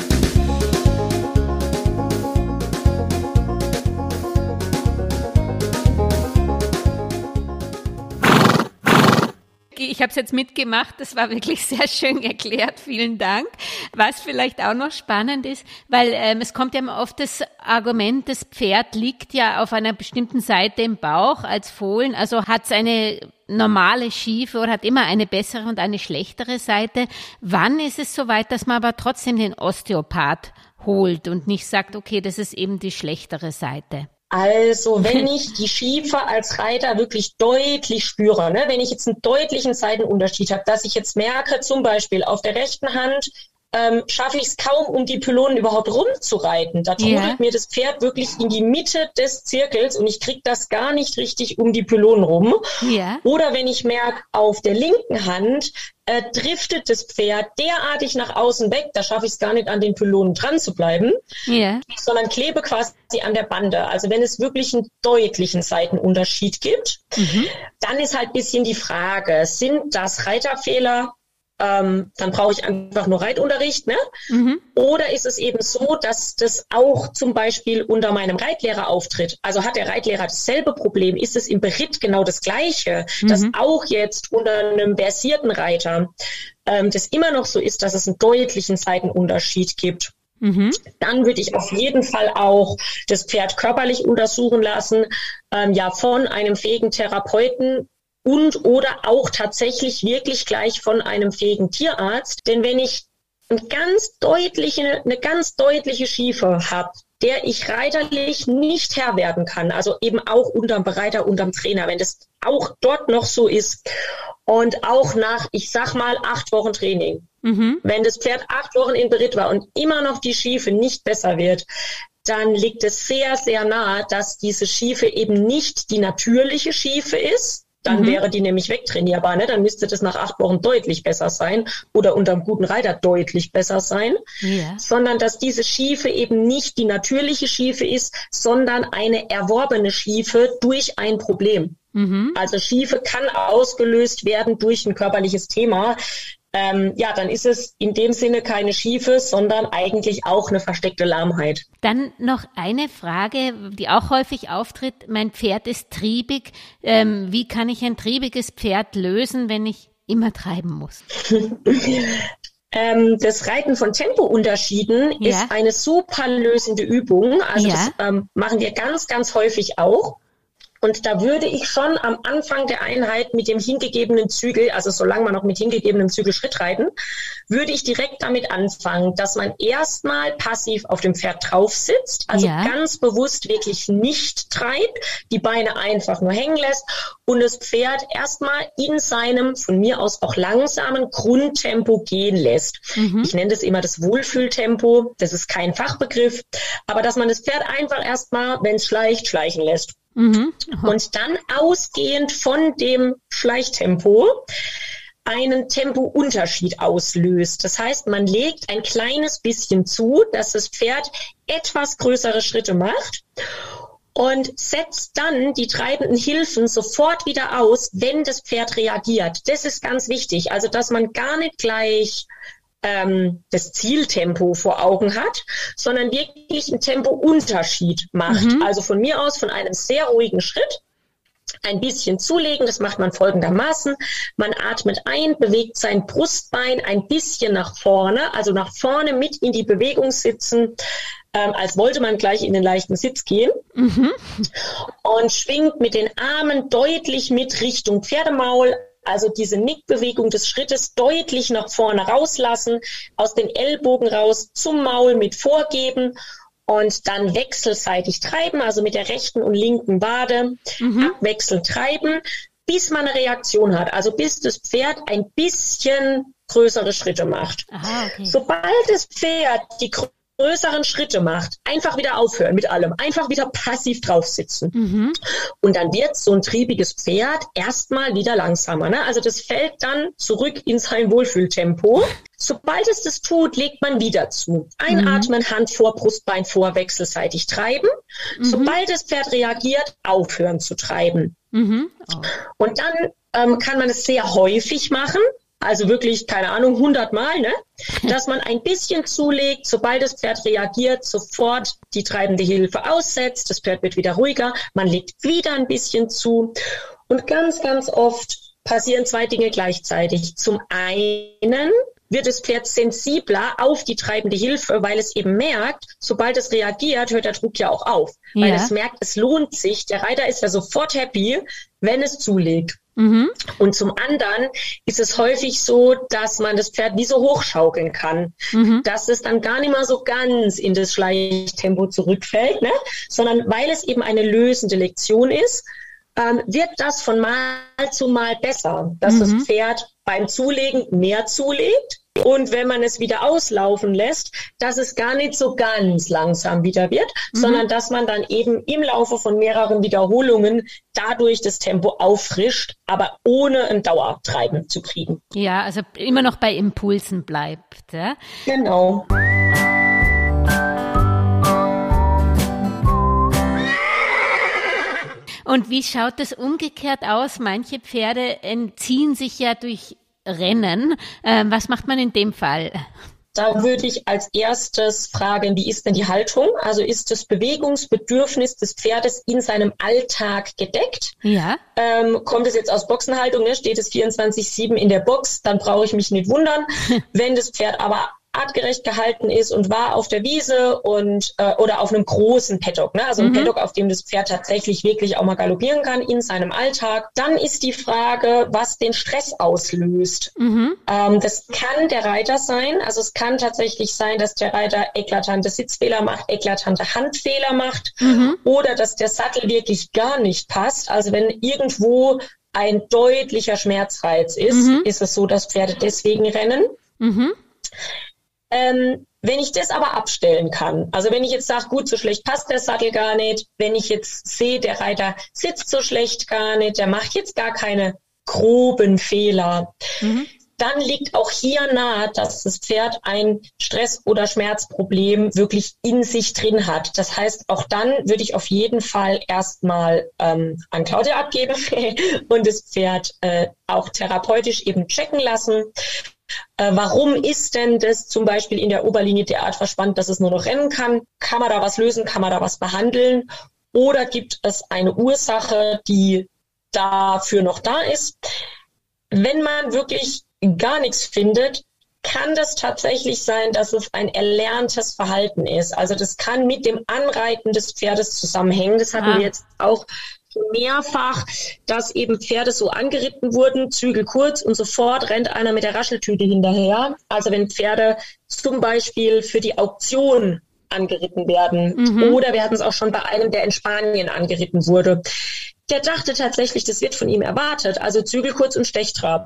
Ich habe es jetzt mitgemacht, das war wirklich sehr schön erklärt, vielen Dank. Was vielleicht auch noch spannend ist, weil ähm, es kommt ja immer oft das Argument, das Pferd liegt ja auf einer bestimmten Seite im Bauch als Fohlen, also hat es eine normale Schiefe oder hat immer eine bessere und eine schlechtere Seite. Wann ist es soweit, dass man aber trotzdem den Osteopath holt und nicht sagt, okay, das ist eben die schlechtere Seite? Also wenn ich die Schiefe als Reiter wirklich deutlich spüre, ne, wenn ich jetzt einen deutlichen Seitenunterschied habe, dass ich jetzt merke, zum Beispiel auf der rechten Hand ähm, schaffe ich es kaum, um die Pylonen überhaupt rumzureiten. Da trudelt yeah. mir das Pferd wirklich in die Mitte des Zirkels und ich kriege das gar nicht richtig um die Pylonen rum. Yeah. Oder wenn ich merke, auf der linken Hand äh, driftet das Pferd derartig nach außen weg, da schaffe ich es gar nicht, an den Pylonen dran zu bleiben, yeah. sondern klebe quasi an der Bande. Also wenn es wirklich einen deutlichen Seitenunterschied gibt, mhm. dann ist halt ein bisschen die Frage, sind das Reiterfehler? Ähm, dann brauche ich einfach nur Reitunterricht, ne? Mhm. Oder ist es eben so, dass das auch zum Beispiel unter meinem Reitlehrer auftritt? Also hat der Reitlehrer dasselbe Problem? Ist es im Beritt genau das Gleiche? Mhm. Dass auch jetzt unter einem versierten Reiter ähm, das immer noch so ist, dass es einen deutlichen Seitenunterschied gibt? Mhm. Dann würde ich auf jeden Fall auch das Pferd körperlich untersuchen lassen, ähm, ja, von einem fähigen Therapeuten und oder auch tatsächlich wirklich gleich von einem fähigen Tierarzt. Denn wenn ich eine ganz deutliche, eine ganz deutliche Schiefe habe, der ich reiterlich nicht Herr werden kann, also eben auch unterm Bereiter, unterm Trainer, wenn das auch dort noch so ist und auch nach, ich sag mal, acht Wochen Training, Mhm. Wenn das Pferd acht Wochen in Beritt war und immer noch die Schiefe nicht besser wird, dann liegt es sehr, sehr nahe, dass diese Schiefe eben nicht die natürliche Schiefe ist. Dann mhm. wäre die nämlich wegtrainierbar, ne? Dann müsste das nach acht Wochen deutlich besser sein oder unter einem guten Reiter deutlich besser sein, ja. sondern dass diese Schiefe eben nicht die natürliche Schiefe ist, sondern eine erworbene Schiefe durch ein Problem. Mhm. Also Schiefe kann ausgelöst werden durch ein körperliches Thema. Ähm, ja, dann ist es in dem Sinne keine Schiefe, sondern eigentlich auch eine versteckte Lahmheit. Dann noch eine Frage, die auch häufig auftritt. Mein Pferd ist triebig. Ähm, wie kann ich ein triebiges Pferd lösen, wenn ich immer treiben muss? ähm, das Reiten von Tempounterschieden ja. ist eine super lösende Übung. Also ja. das ähm, machen wir ganz, ganz häufig auch. Und da würde ich schon am Anfang der Einheit mit dem hingegebenen Zügel, also solange man noch mit hingegebenem Zügel Schritt reiten, würde ich direkt damit anfangen, dass man erstmal passiv auf dem Pferd drauf sitzt, also ja. ganz bewusst wirklich nicht treibt, die Beine einfach nur hängen lässt und das Pferd erstmal in seinem, von mir aus auch langsamen Grundtempo gehen lässt. Mhm. Ich nenne das immer das Wohlfühltempo, das ist kein Fachbegriff, aber dass man das Pferd einfach erstmal, wenn es schleicht, schleichen lässt. Mhm. Und dann ausgehend von dem Schleichtempo einen Tempounterschied auslöst. Das heißt, man legt ein kleines bisschen zu, dass das Pferd etwas größere Schritte macht und setzt dann die treibenden Hilfen sofort wieder aus, wenn das Pferd reagiert. Das ist ganz wichtig. Also, dass man gar nicht gleich ähm, das Zieltempo vor Augen hat, sondern wirklich einen Tempounterschied macht. Mhm. Also von mir aus von einem sehr ruhigen Schritt ein bisschen zulegen. Das macht man folgendermaßen. Man atmet ein, bewegt sein Brustbein ein bisschen nach vorne, also nach vorne mit in die Bewegung sitzen, ähm, als wollte man gleich in den leichten Sitz gehen. Mhm. Und schwingt mit den Armen deutlich mit Richtung Pferdemaul. Also diese Nickbewegung des Schrittes deutlich nach vorne rauslassen, aus den Ellbogen raus zum Maul mit vorgeben und dann wechselseitig treiben, also mit der rechten und linken Wade mhm. abwechselnd treiben, bis man eine Reaktion hat, also bis das Pferd ein bisschen größere Schritte macht. Aha, okay. Sobald das Pferd die größeren Schritte macht, einfach wieder aufhören mit allem, einfach wieder passiv drauf sitzen. Mhm. Und dann wird so ein triebiges Pferd erstmal wieder langsamer. Ne? Also das fällt dann zurück in sein Wohlfühltempo. Sobald es das tut, legt man wieder zu. Einatmen, mhm. Hand vor, Brustbein vor, wechselseitig treiben. Mhm. Sobald das Pferd reagiert, aufhören zu treiben. Mhm. Oh. Und dann ähm, kann man es sehr häufig machen. Also wirklich, keine Ahnung, hundert Mal, ne? Dass man ein bisschen zulegt, sobald das Pferd reagiert, sofort die treibende Hilfe aussetzt, das Pferd wird wieder ruhiger, man legt wieder ein bisschen zu. Und ganz, ganz oft passieren zwei Dinge gleichzeitig. Zum einen wird das Pferd sensibler auf die treibende Hilfe, weil es eben merkt, sobald es reagiert, hört der Druck ja auch auf. Ja. Weil es merkt, es lohnt sich. Der Reiter ist ja sofort happy, wenn es zulegt. Mhm. Und zum anderen ist es häufig so, dass man das Pferd wie so hochschaukeln kann, mhm. dass es dann gar nicht mehr so ganz in das Schleichtempo zurückfällt, ne? Sondern weil es eben eine lösende Lektion ist, ähm, wird das von Mal zu Mal besser, dass mhm. das Pferd beim Zulegen mehr zulegt. Und wenn man es wieder auslaufen lässt, dass es gar nicht so ganz langsam wieder wird, mhm. sondern dass man dann eben im Laufe von mehreren Wiederholungen dadurch das Tempo auffrischt, aber ohne ein Dauertreiben zu kriegen. Ja, also immer noch bei Impulsen bleibt. Ja? Genau. Und wie schaut das umgekehrt aus? Manche Pferde entziehen sich ja durch Rennen. Ähm, was macht man in dem Fall? Da würde ich als erstes fragen, wie ist denn die Haltung? Also ist das Bewegungsbedürfnis des Pferdes in seinem Alltag gedeckt? Ja. Ähm, kommt es jetzt aus Boxenhaltung, ne? Steht es vierundzwanzig sieben in der Box, dann brauche ich mich nicht wundern. Wenn das Pferd aber artgerecht gehalten ist und war auf der Wiese und äh, oder auf einem großen Paddock, ne? Also ein mhm. Paddock, auf dem das Pferd tatsächlich wirklich auch mal galoppieren kann in seinem Alltag. Dann ist die Frage, was den Stress auslöst. Mhm. Ähm, das kann der Reiter sein. Also es kann tatsächlich sein, dass der Reiter eklatante Sitzfehler macht, eklatante Handfehler macht mhm. oder dass der Sattel wirklich gar nicht passt. Also wenn irgendwo ein deutlicher Schmerzreiz ist, mhm. ist es so, dass Pferde deswegen rennen. Mhm. Ähm, wenn ich das aber abstellen kann, also wenn ich jetzt sage, gut, so schlecht passt der Sattel gar nicht, wenn ich jetzt sehe, der Reiter sitzt so schlecht gar nicht, der macht jetzt gar keine groben Fehler, mhm. dann liegt auch hier nahe, dass das Pferd ein Stress- oder Schmerzproblem wirklich in sich drin hat. Das heißt, auch dann würde ich auf jeden Fall erstmal ähm, an Claudia abgeben und das Pferd äh, auch therapeutisch eben checken lassen. Äh, warum ist denn das zum Beispiel in der Oberlinie derart verspannt, dass es nur noch rennen kann? Kann man da was lösen? Kann man da was behandeln? Oder gibt es eine Ursache, die dafür noch da ist? Wenn man wirklich gar nichts findet, kann das tatsächlich sein, dass es ein erlerntes Verhalten ist. Also das kann mit dem Anreiten des Pferdes zusammenhängen. Das hatten ah. wir jetzt auch mehrfach, dass eben Pferde so angeritten wurden, Zügel kurz und sofort rennt einer mit der Rascheltüte hinterher. Also wenn Pferde zum Beispiel für die Auktion angeritten werden mhm. oder wir hatten es auch schon bei einem, der in Spanien angeritten wurde. Der dachte tatsächlich, das wird von ihm erwartet, also Zügel kurz und Stechtrab.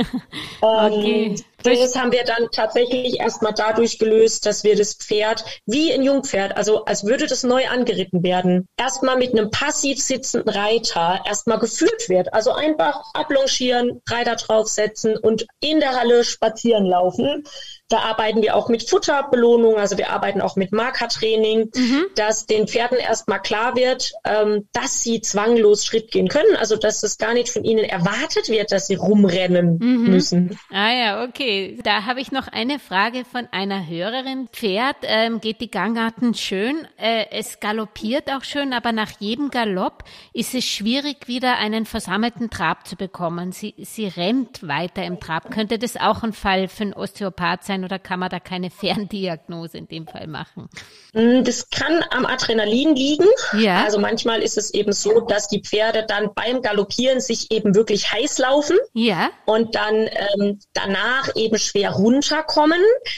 Okay. ähm, das haben wir dann tatsächlich erstmal dadurch gelöst, dass wir das Pferd wie ein Jungpferd, also als würde das neu angeritten werden, erstmal mit einem passiv sitzenden Reiter erstmal geführt wird. Also einfach ablongieren, Reiter draufsetzen und in der Halle spazieren laufen. Da arbeiten wir auch mit Futterbelohnung, also wir arbeiten auch mit Markertraining, mhm. dass den Pferden erstmal klar wird, ähm, dass sie zwanglos Schritt gehen können, also dass es gar nicht von ihnen erwartet wird, dass sie rumrennen mhm. müssen. Ah ja, okay. Da habe ich noch eine Frage von einer Hörerin. Pferd ähm, geht die Gangarten schön, äh, es galoppiert auch schön, aber nach jedem Galopp ist es schwierig, wieder einen versammelten Trab zu bekommen. Sie, sie rennt weiter im Trab. Könnte das auch ein Fall für einen Osteopath sein? Oder kann man da keine Ferndiagnose in dem Fall machen? Das kann am Adrenalin liegen. Ja. Also manchmal ist es eben so, dass die Pferde dann beim Galoppieren sich eben wirklich heiß laufen ja. und dann ähm, danach eben schwer runterkommen.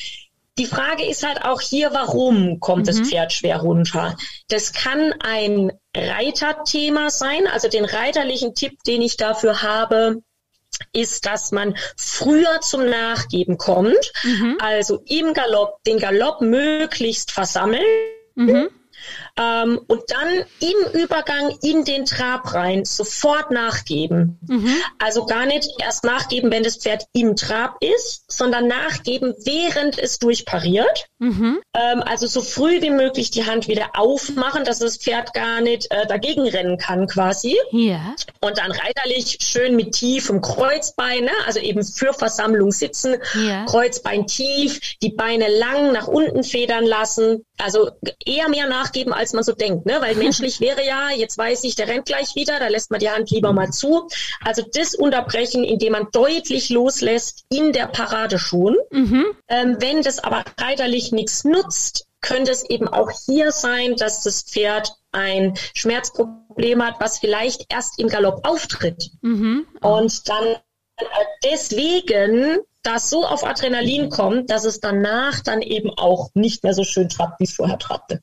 Die Frage ist halt auch hier, warum kommt mhm. das Pferd schwer runter? Das kann ein Reiterthema sein. Also den reiterlichen Tipp, den ich dafür habe, ist, dass man früher zum Nachgeben kommt, mhm. also im Galopp, den Galopp möglichst versammeln mhm. ähm, und dann im Übergang in den Trab rein sofort nachgeben. Mhm. Also gar nicht erst nachgeben, wenn das Pferd im Trab ist, sondern nachgeben, während es durchpariert. Mhm. Ähm, also so früh wie möglich die Hand wieder aufmachen, dass das Pferd gar nicht äh, dagegen rennen kann quasi. Ja. Und dann reiterlich schön mit tiefem Kreuzbein, ne? Also eben für Versammlung sitzen, ja. Kreuzbein tief, die Beine lang nach unten federn lassen. Also eher mehr nachgeben, als man so denkt, ne? Weil menschlich wäre ja, jetzt weiß ich, der rennt gleich wieder, da lässt man die Hand lieber mal zu. Also das unterbrechen, indem man deutlich loslässt in der Parade schon. Mhm. Ähm, wenn das aber reiterlich nichts nutzt, könnte es eben auch hier sein, dass das Pferd ein Schmerzproblem hat, was vielleicht erst im Galopp auftritt. Mhm. Und dann äh, deswegen das so auf Adrenalin kommt, dass es danach dann eben auch nicht mehr so schön trappt, wie es vorher trappte.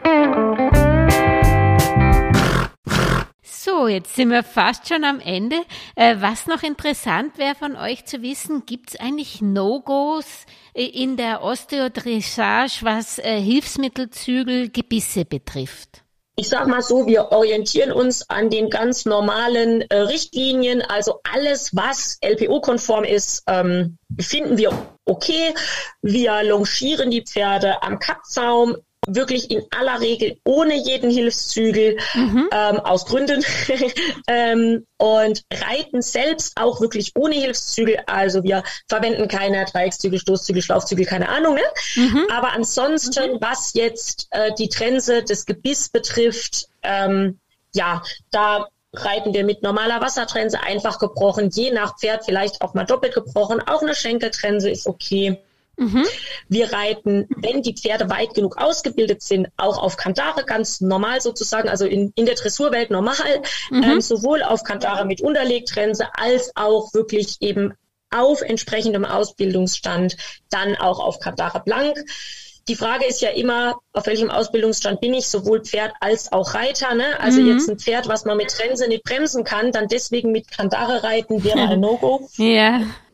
So, jetzt sind wir fast schon am Ende. Äh, was noch interessant wäre von euch zu wissen, gibt es eigentlich No-Gos in der Osteodressage, was äh, Hilfsmittelzügel, Gebisse betrifft? Ich sag mal so, wir orientieren uns an den ganz normalen äh, Richtlinien. Also alles, was L P O-konform ist, ähm, finden wir okay. Wir longieren die Pferde am Kappzaum, wirklich in aller Regel ohne jeden Hilfszügel, mhm. ähm, aus Gründen. ähm, und reiten selbst auch wirklich ohne Hilfszügel. Also wir verwenden keine Dreieckszügel, Stoßzügel, Schlaufzügel, keine Ahnung. Ne? Mhm. Aber ansonsten, mhm. was jetzt äh, die Trense, das Gebiss betrifft, ähm, ja, da reiten wir mit normaler Wassertrense, einfach gebrochen, je nach Pferd vielleicht auch mal doppelt gebrochen. Auch eine Schenkeltrense ist okay. Mhm. Wir reiten, wenn die Pferde weit genug ausgebildet sind, auch auf Kandare, ganz normal sozusagen, also in, in der Dressurwelt normal, mhm. ähm, sowohl auf Kandare mit Unterlegtrense als auch wirklich eben auf entsprechendem Ausbildungsstand, dann auch auf Kandare blank. Die Frage ist ja immer, auf welchem Ausbildungsstand bin ich, sowohl Pferd als auch Reiter. Ne? Also mhm. jetzt ein Pferd, was man mit Trense nicht bremsen kann, dann deswegen mit Kandare reiten, wäre ein No-Go. Ja.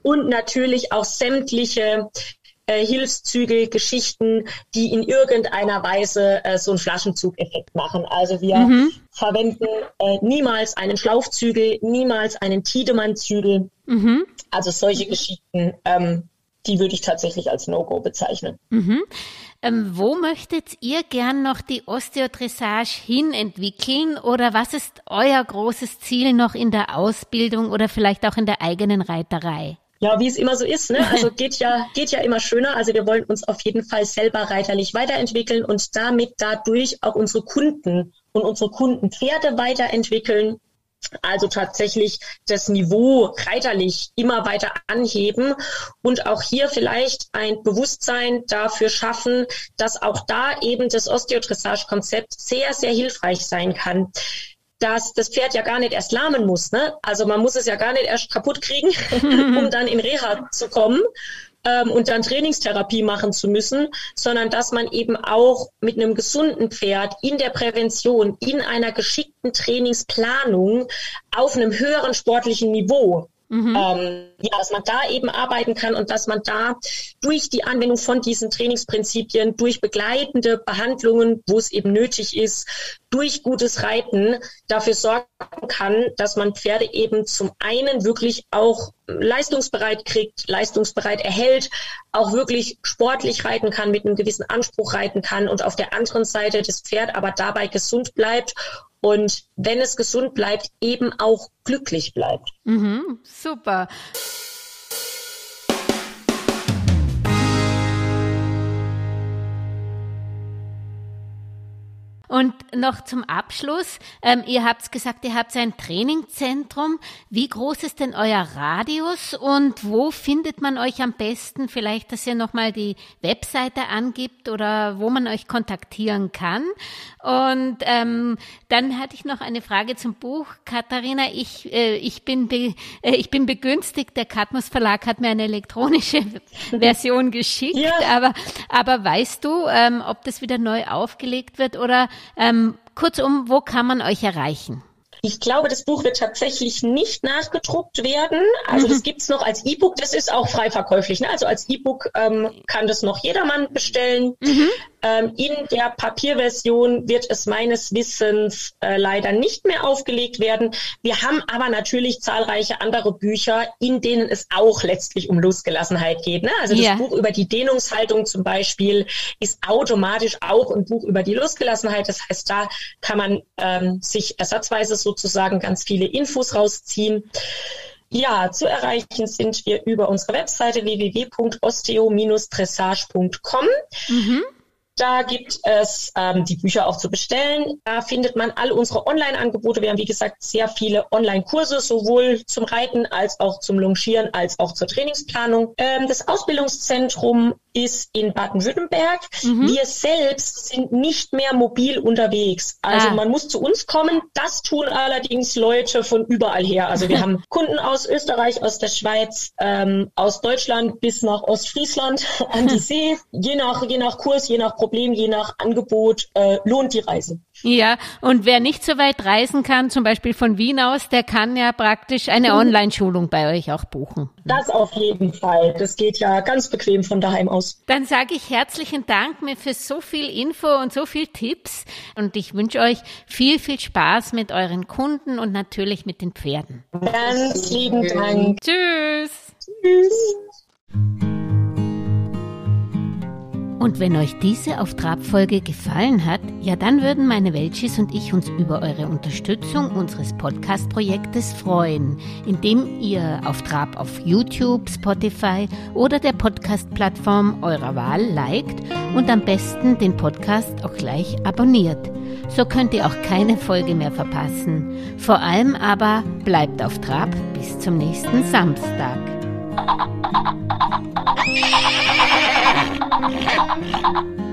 und natürlich auch sämtliche äh, Hilfszüge, Geschichten, die in irgendeiner Weise äh, so einen Flaschenzugeffekt machen. Also wir mhm. verwenden äh, niemals einen Schlaufzügel, niemals einen Tiedemann-Zügel. Mhm. Also solche Geschichten, ähm, die würde ich tatsächlich als No-Go bezeichnen. Mhm. Ähm, wo möchtet ihr gern noch die Osteodressage hin entwickeln oder was ist euer großes Ziel noch in der Ausbildung oder vielleicht auch in der eigenen Reiterei? Ja, wie es immer so ist, ne? Also geht ja, geht ja immer schöner. Also wir wollen uns auf jeden Fall selber reiterlich weiterentwickeln und damit dadurch auch unsere Kunden und unsere Kundenpferde weiterentwickeln. Also tatsächlich das Niveau reiterlich immer weiter anheben und auch hier vielleicht ein Bewusstsein dafür schaffen, dass auch da eben das Osteodressage-Konzept sehr, sehr hilfreich sein kann. Dass das Pferd ja gar nicht erst lahmen muss, ne? Also man muss es ja gar nicht erst kaputt kriegen, um dann in Reha zu kommen ähm, und dann Trainingstherapie machen zu müssen, sondern dass man eben auch mit einem gesunden Pferd in der Prävention, in einer geschickten Trainingsplanung auf einem höheren sportlichen Niveau Mhm. Ähm, ja, dass man da eben arbeiten kann und dass man da durch die Anwendung von diesen Trainingsprinzipien, durch begleitende Behandlungen, wo es eben nötig ist, durch gutes Reiten dafür sorgen kann, dass man Pferde eben zum einen wirklich auch leistungsbereit kriegt, leistungsbereit erhält, auch wirklich sportlich reiten kann, mit einem gewissen Anspruch reiten kann und auf der anderen Seite das Pferd aber dabei gesund bleibt. Und wenn es gesund bleibt, eben auch glücklich bleibt. Mhm, super. Und noch zum Abschluss, ähm, ihr habt gesagt, ihr habt ein Trainingzentrum. Wie groß ist denn euer Radius und wo findet man euch am besten? Vielleicht, dass ihr nochmal die Webseite angibt oder wo man euch kontaktieren kann. Und ähm, dann hatte ich noch eine Frage zum Buch. Katharina, ich, äh, ich, bin, be, äh, ich bin begünstigt. Der Cadmus Verlag hat mir eine elektronische Version geschickt. Ja. Aber, aber weißt du, ähm, ob das wieder neu aufgelegt wird oder Ähm, kurzum, wo kann man euch erreichen? Ich glaube, das Buch wird tatsächlich nicht nachgedruckt werden. Also mhm. das gibt's noch als E-Book. Das ist auch frei verkäuflich. Ne? Also als E-Book ähm, kann das noch jedermann bestellen. Mhm. Ähm, in der Papierversion wird es meines Wissens äh, leider nicht mehr aufgelegt werden. Wir haben aber natürlich zahlreiche andere Bücher, in denen es auch letztlich um Losgelassenheit geht. Ne? Also das ja. Buch über die Dehnungshaltung zum Beispiel ist automatisch auch ein Buch über die Losgelassenheit. Das heißt, da kann man ähm, sich ersatzweise sozusagen ganz viele Infos rausziehen. Ja, zu erreichen sind wir über unsere Webseite w w w punkt osteo Dressage punkt com. Mhm. Da gibt es ähm, die Bücher auch zu bestellen. Da findet man all unsere Online-Angebote. Wir haben, wie gesagt, sehr viele Online-Kurse, sowohl zum Reiten als auch zum Longieren, als auch zur Trainingsplanung. Ähm, das Ausbildungszentrum ist in Baden-Württemberg. Mhm. Wir selbst sind nicht mehr mobil unterwegs. Also ah. man muss zu uns kommen. Das tun allerdings Leute von überall her. Also wir haben Kunden aus Österreich, aus der Schweiz, ähm, aus Deutschland bis nach Ostfriesland an die See. Je nach, je nach Kurs, je nach Problem, je nach Angebot äh, lohnt die Reise. Ja, und wer nicht so weit reisen kann, zum Beispiel von Wien aus, der kann ja praktisch eine Online-Schulung bei euch auch buchen. Das auf jeden Fall. Das geht ja ganz bequem von daheim aus. Dann sage ich herzlichen Dank mir für so viel Info und so viel Tipps. Und ich wünsche euch viel, viel Spaß mit euren Kunden und natürlich mit den Pferden. Ganz lieben Dank. Tschüss. Tschüss. Und wenn euch diese Auf Trab-Folge gefallen hat, ja dann würden meine Welchis und ich uns über eure Unterstützung unseres Podcast-Projektes freuen, indem ihr Auf Trab auf YouTube, Spotify oder der Podcast-Plattform eurer Wahl liked und am besten den Podcast auch gleich abonniert. So könnt ihr auch keine Folge mehr verpassen. Vor allem aber bleibt auf Trab bis zum nächsten Samstag. Thank you.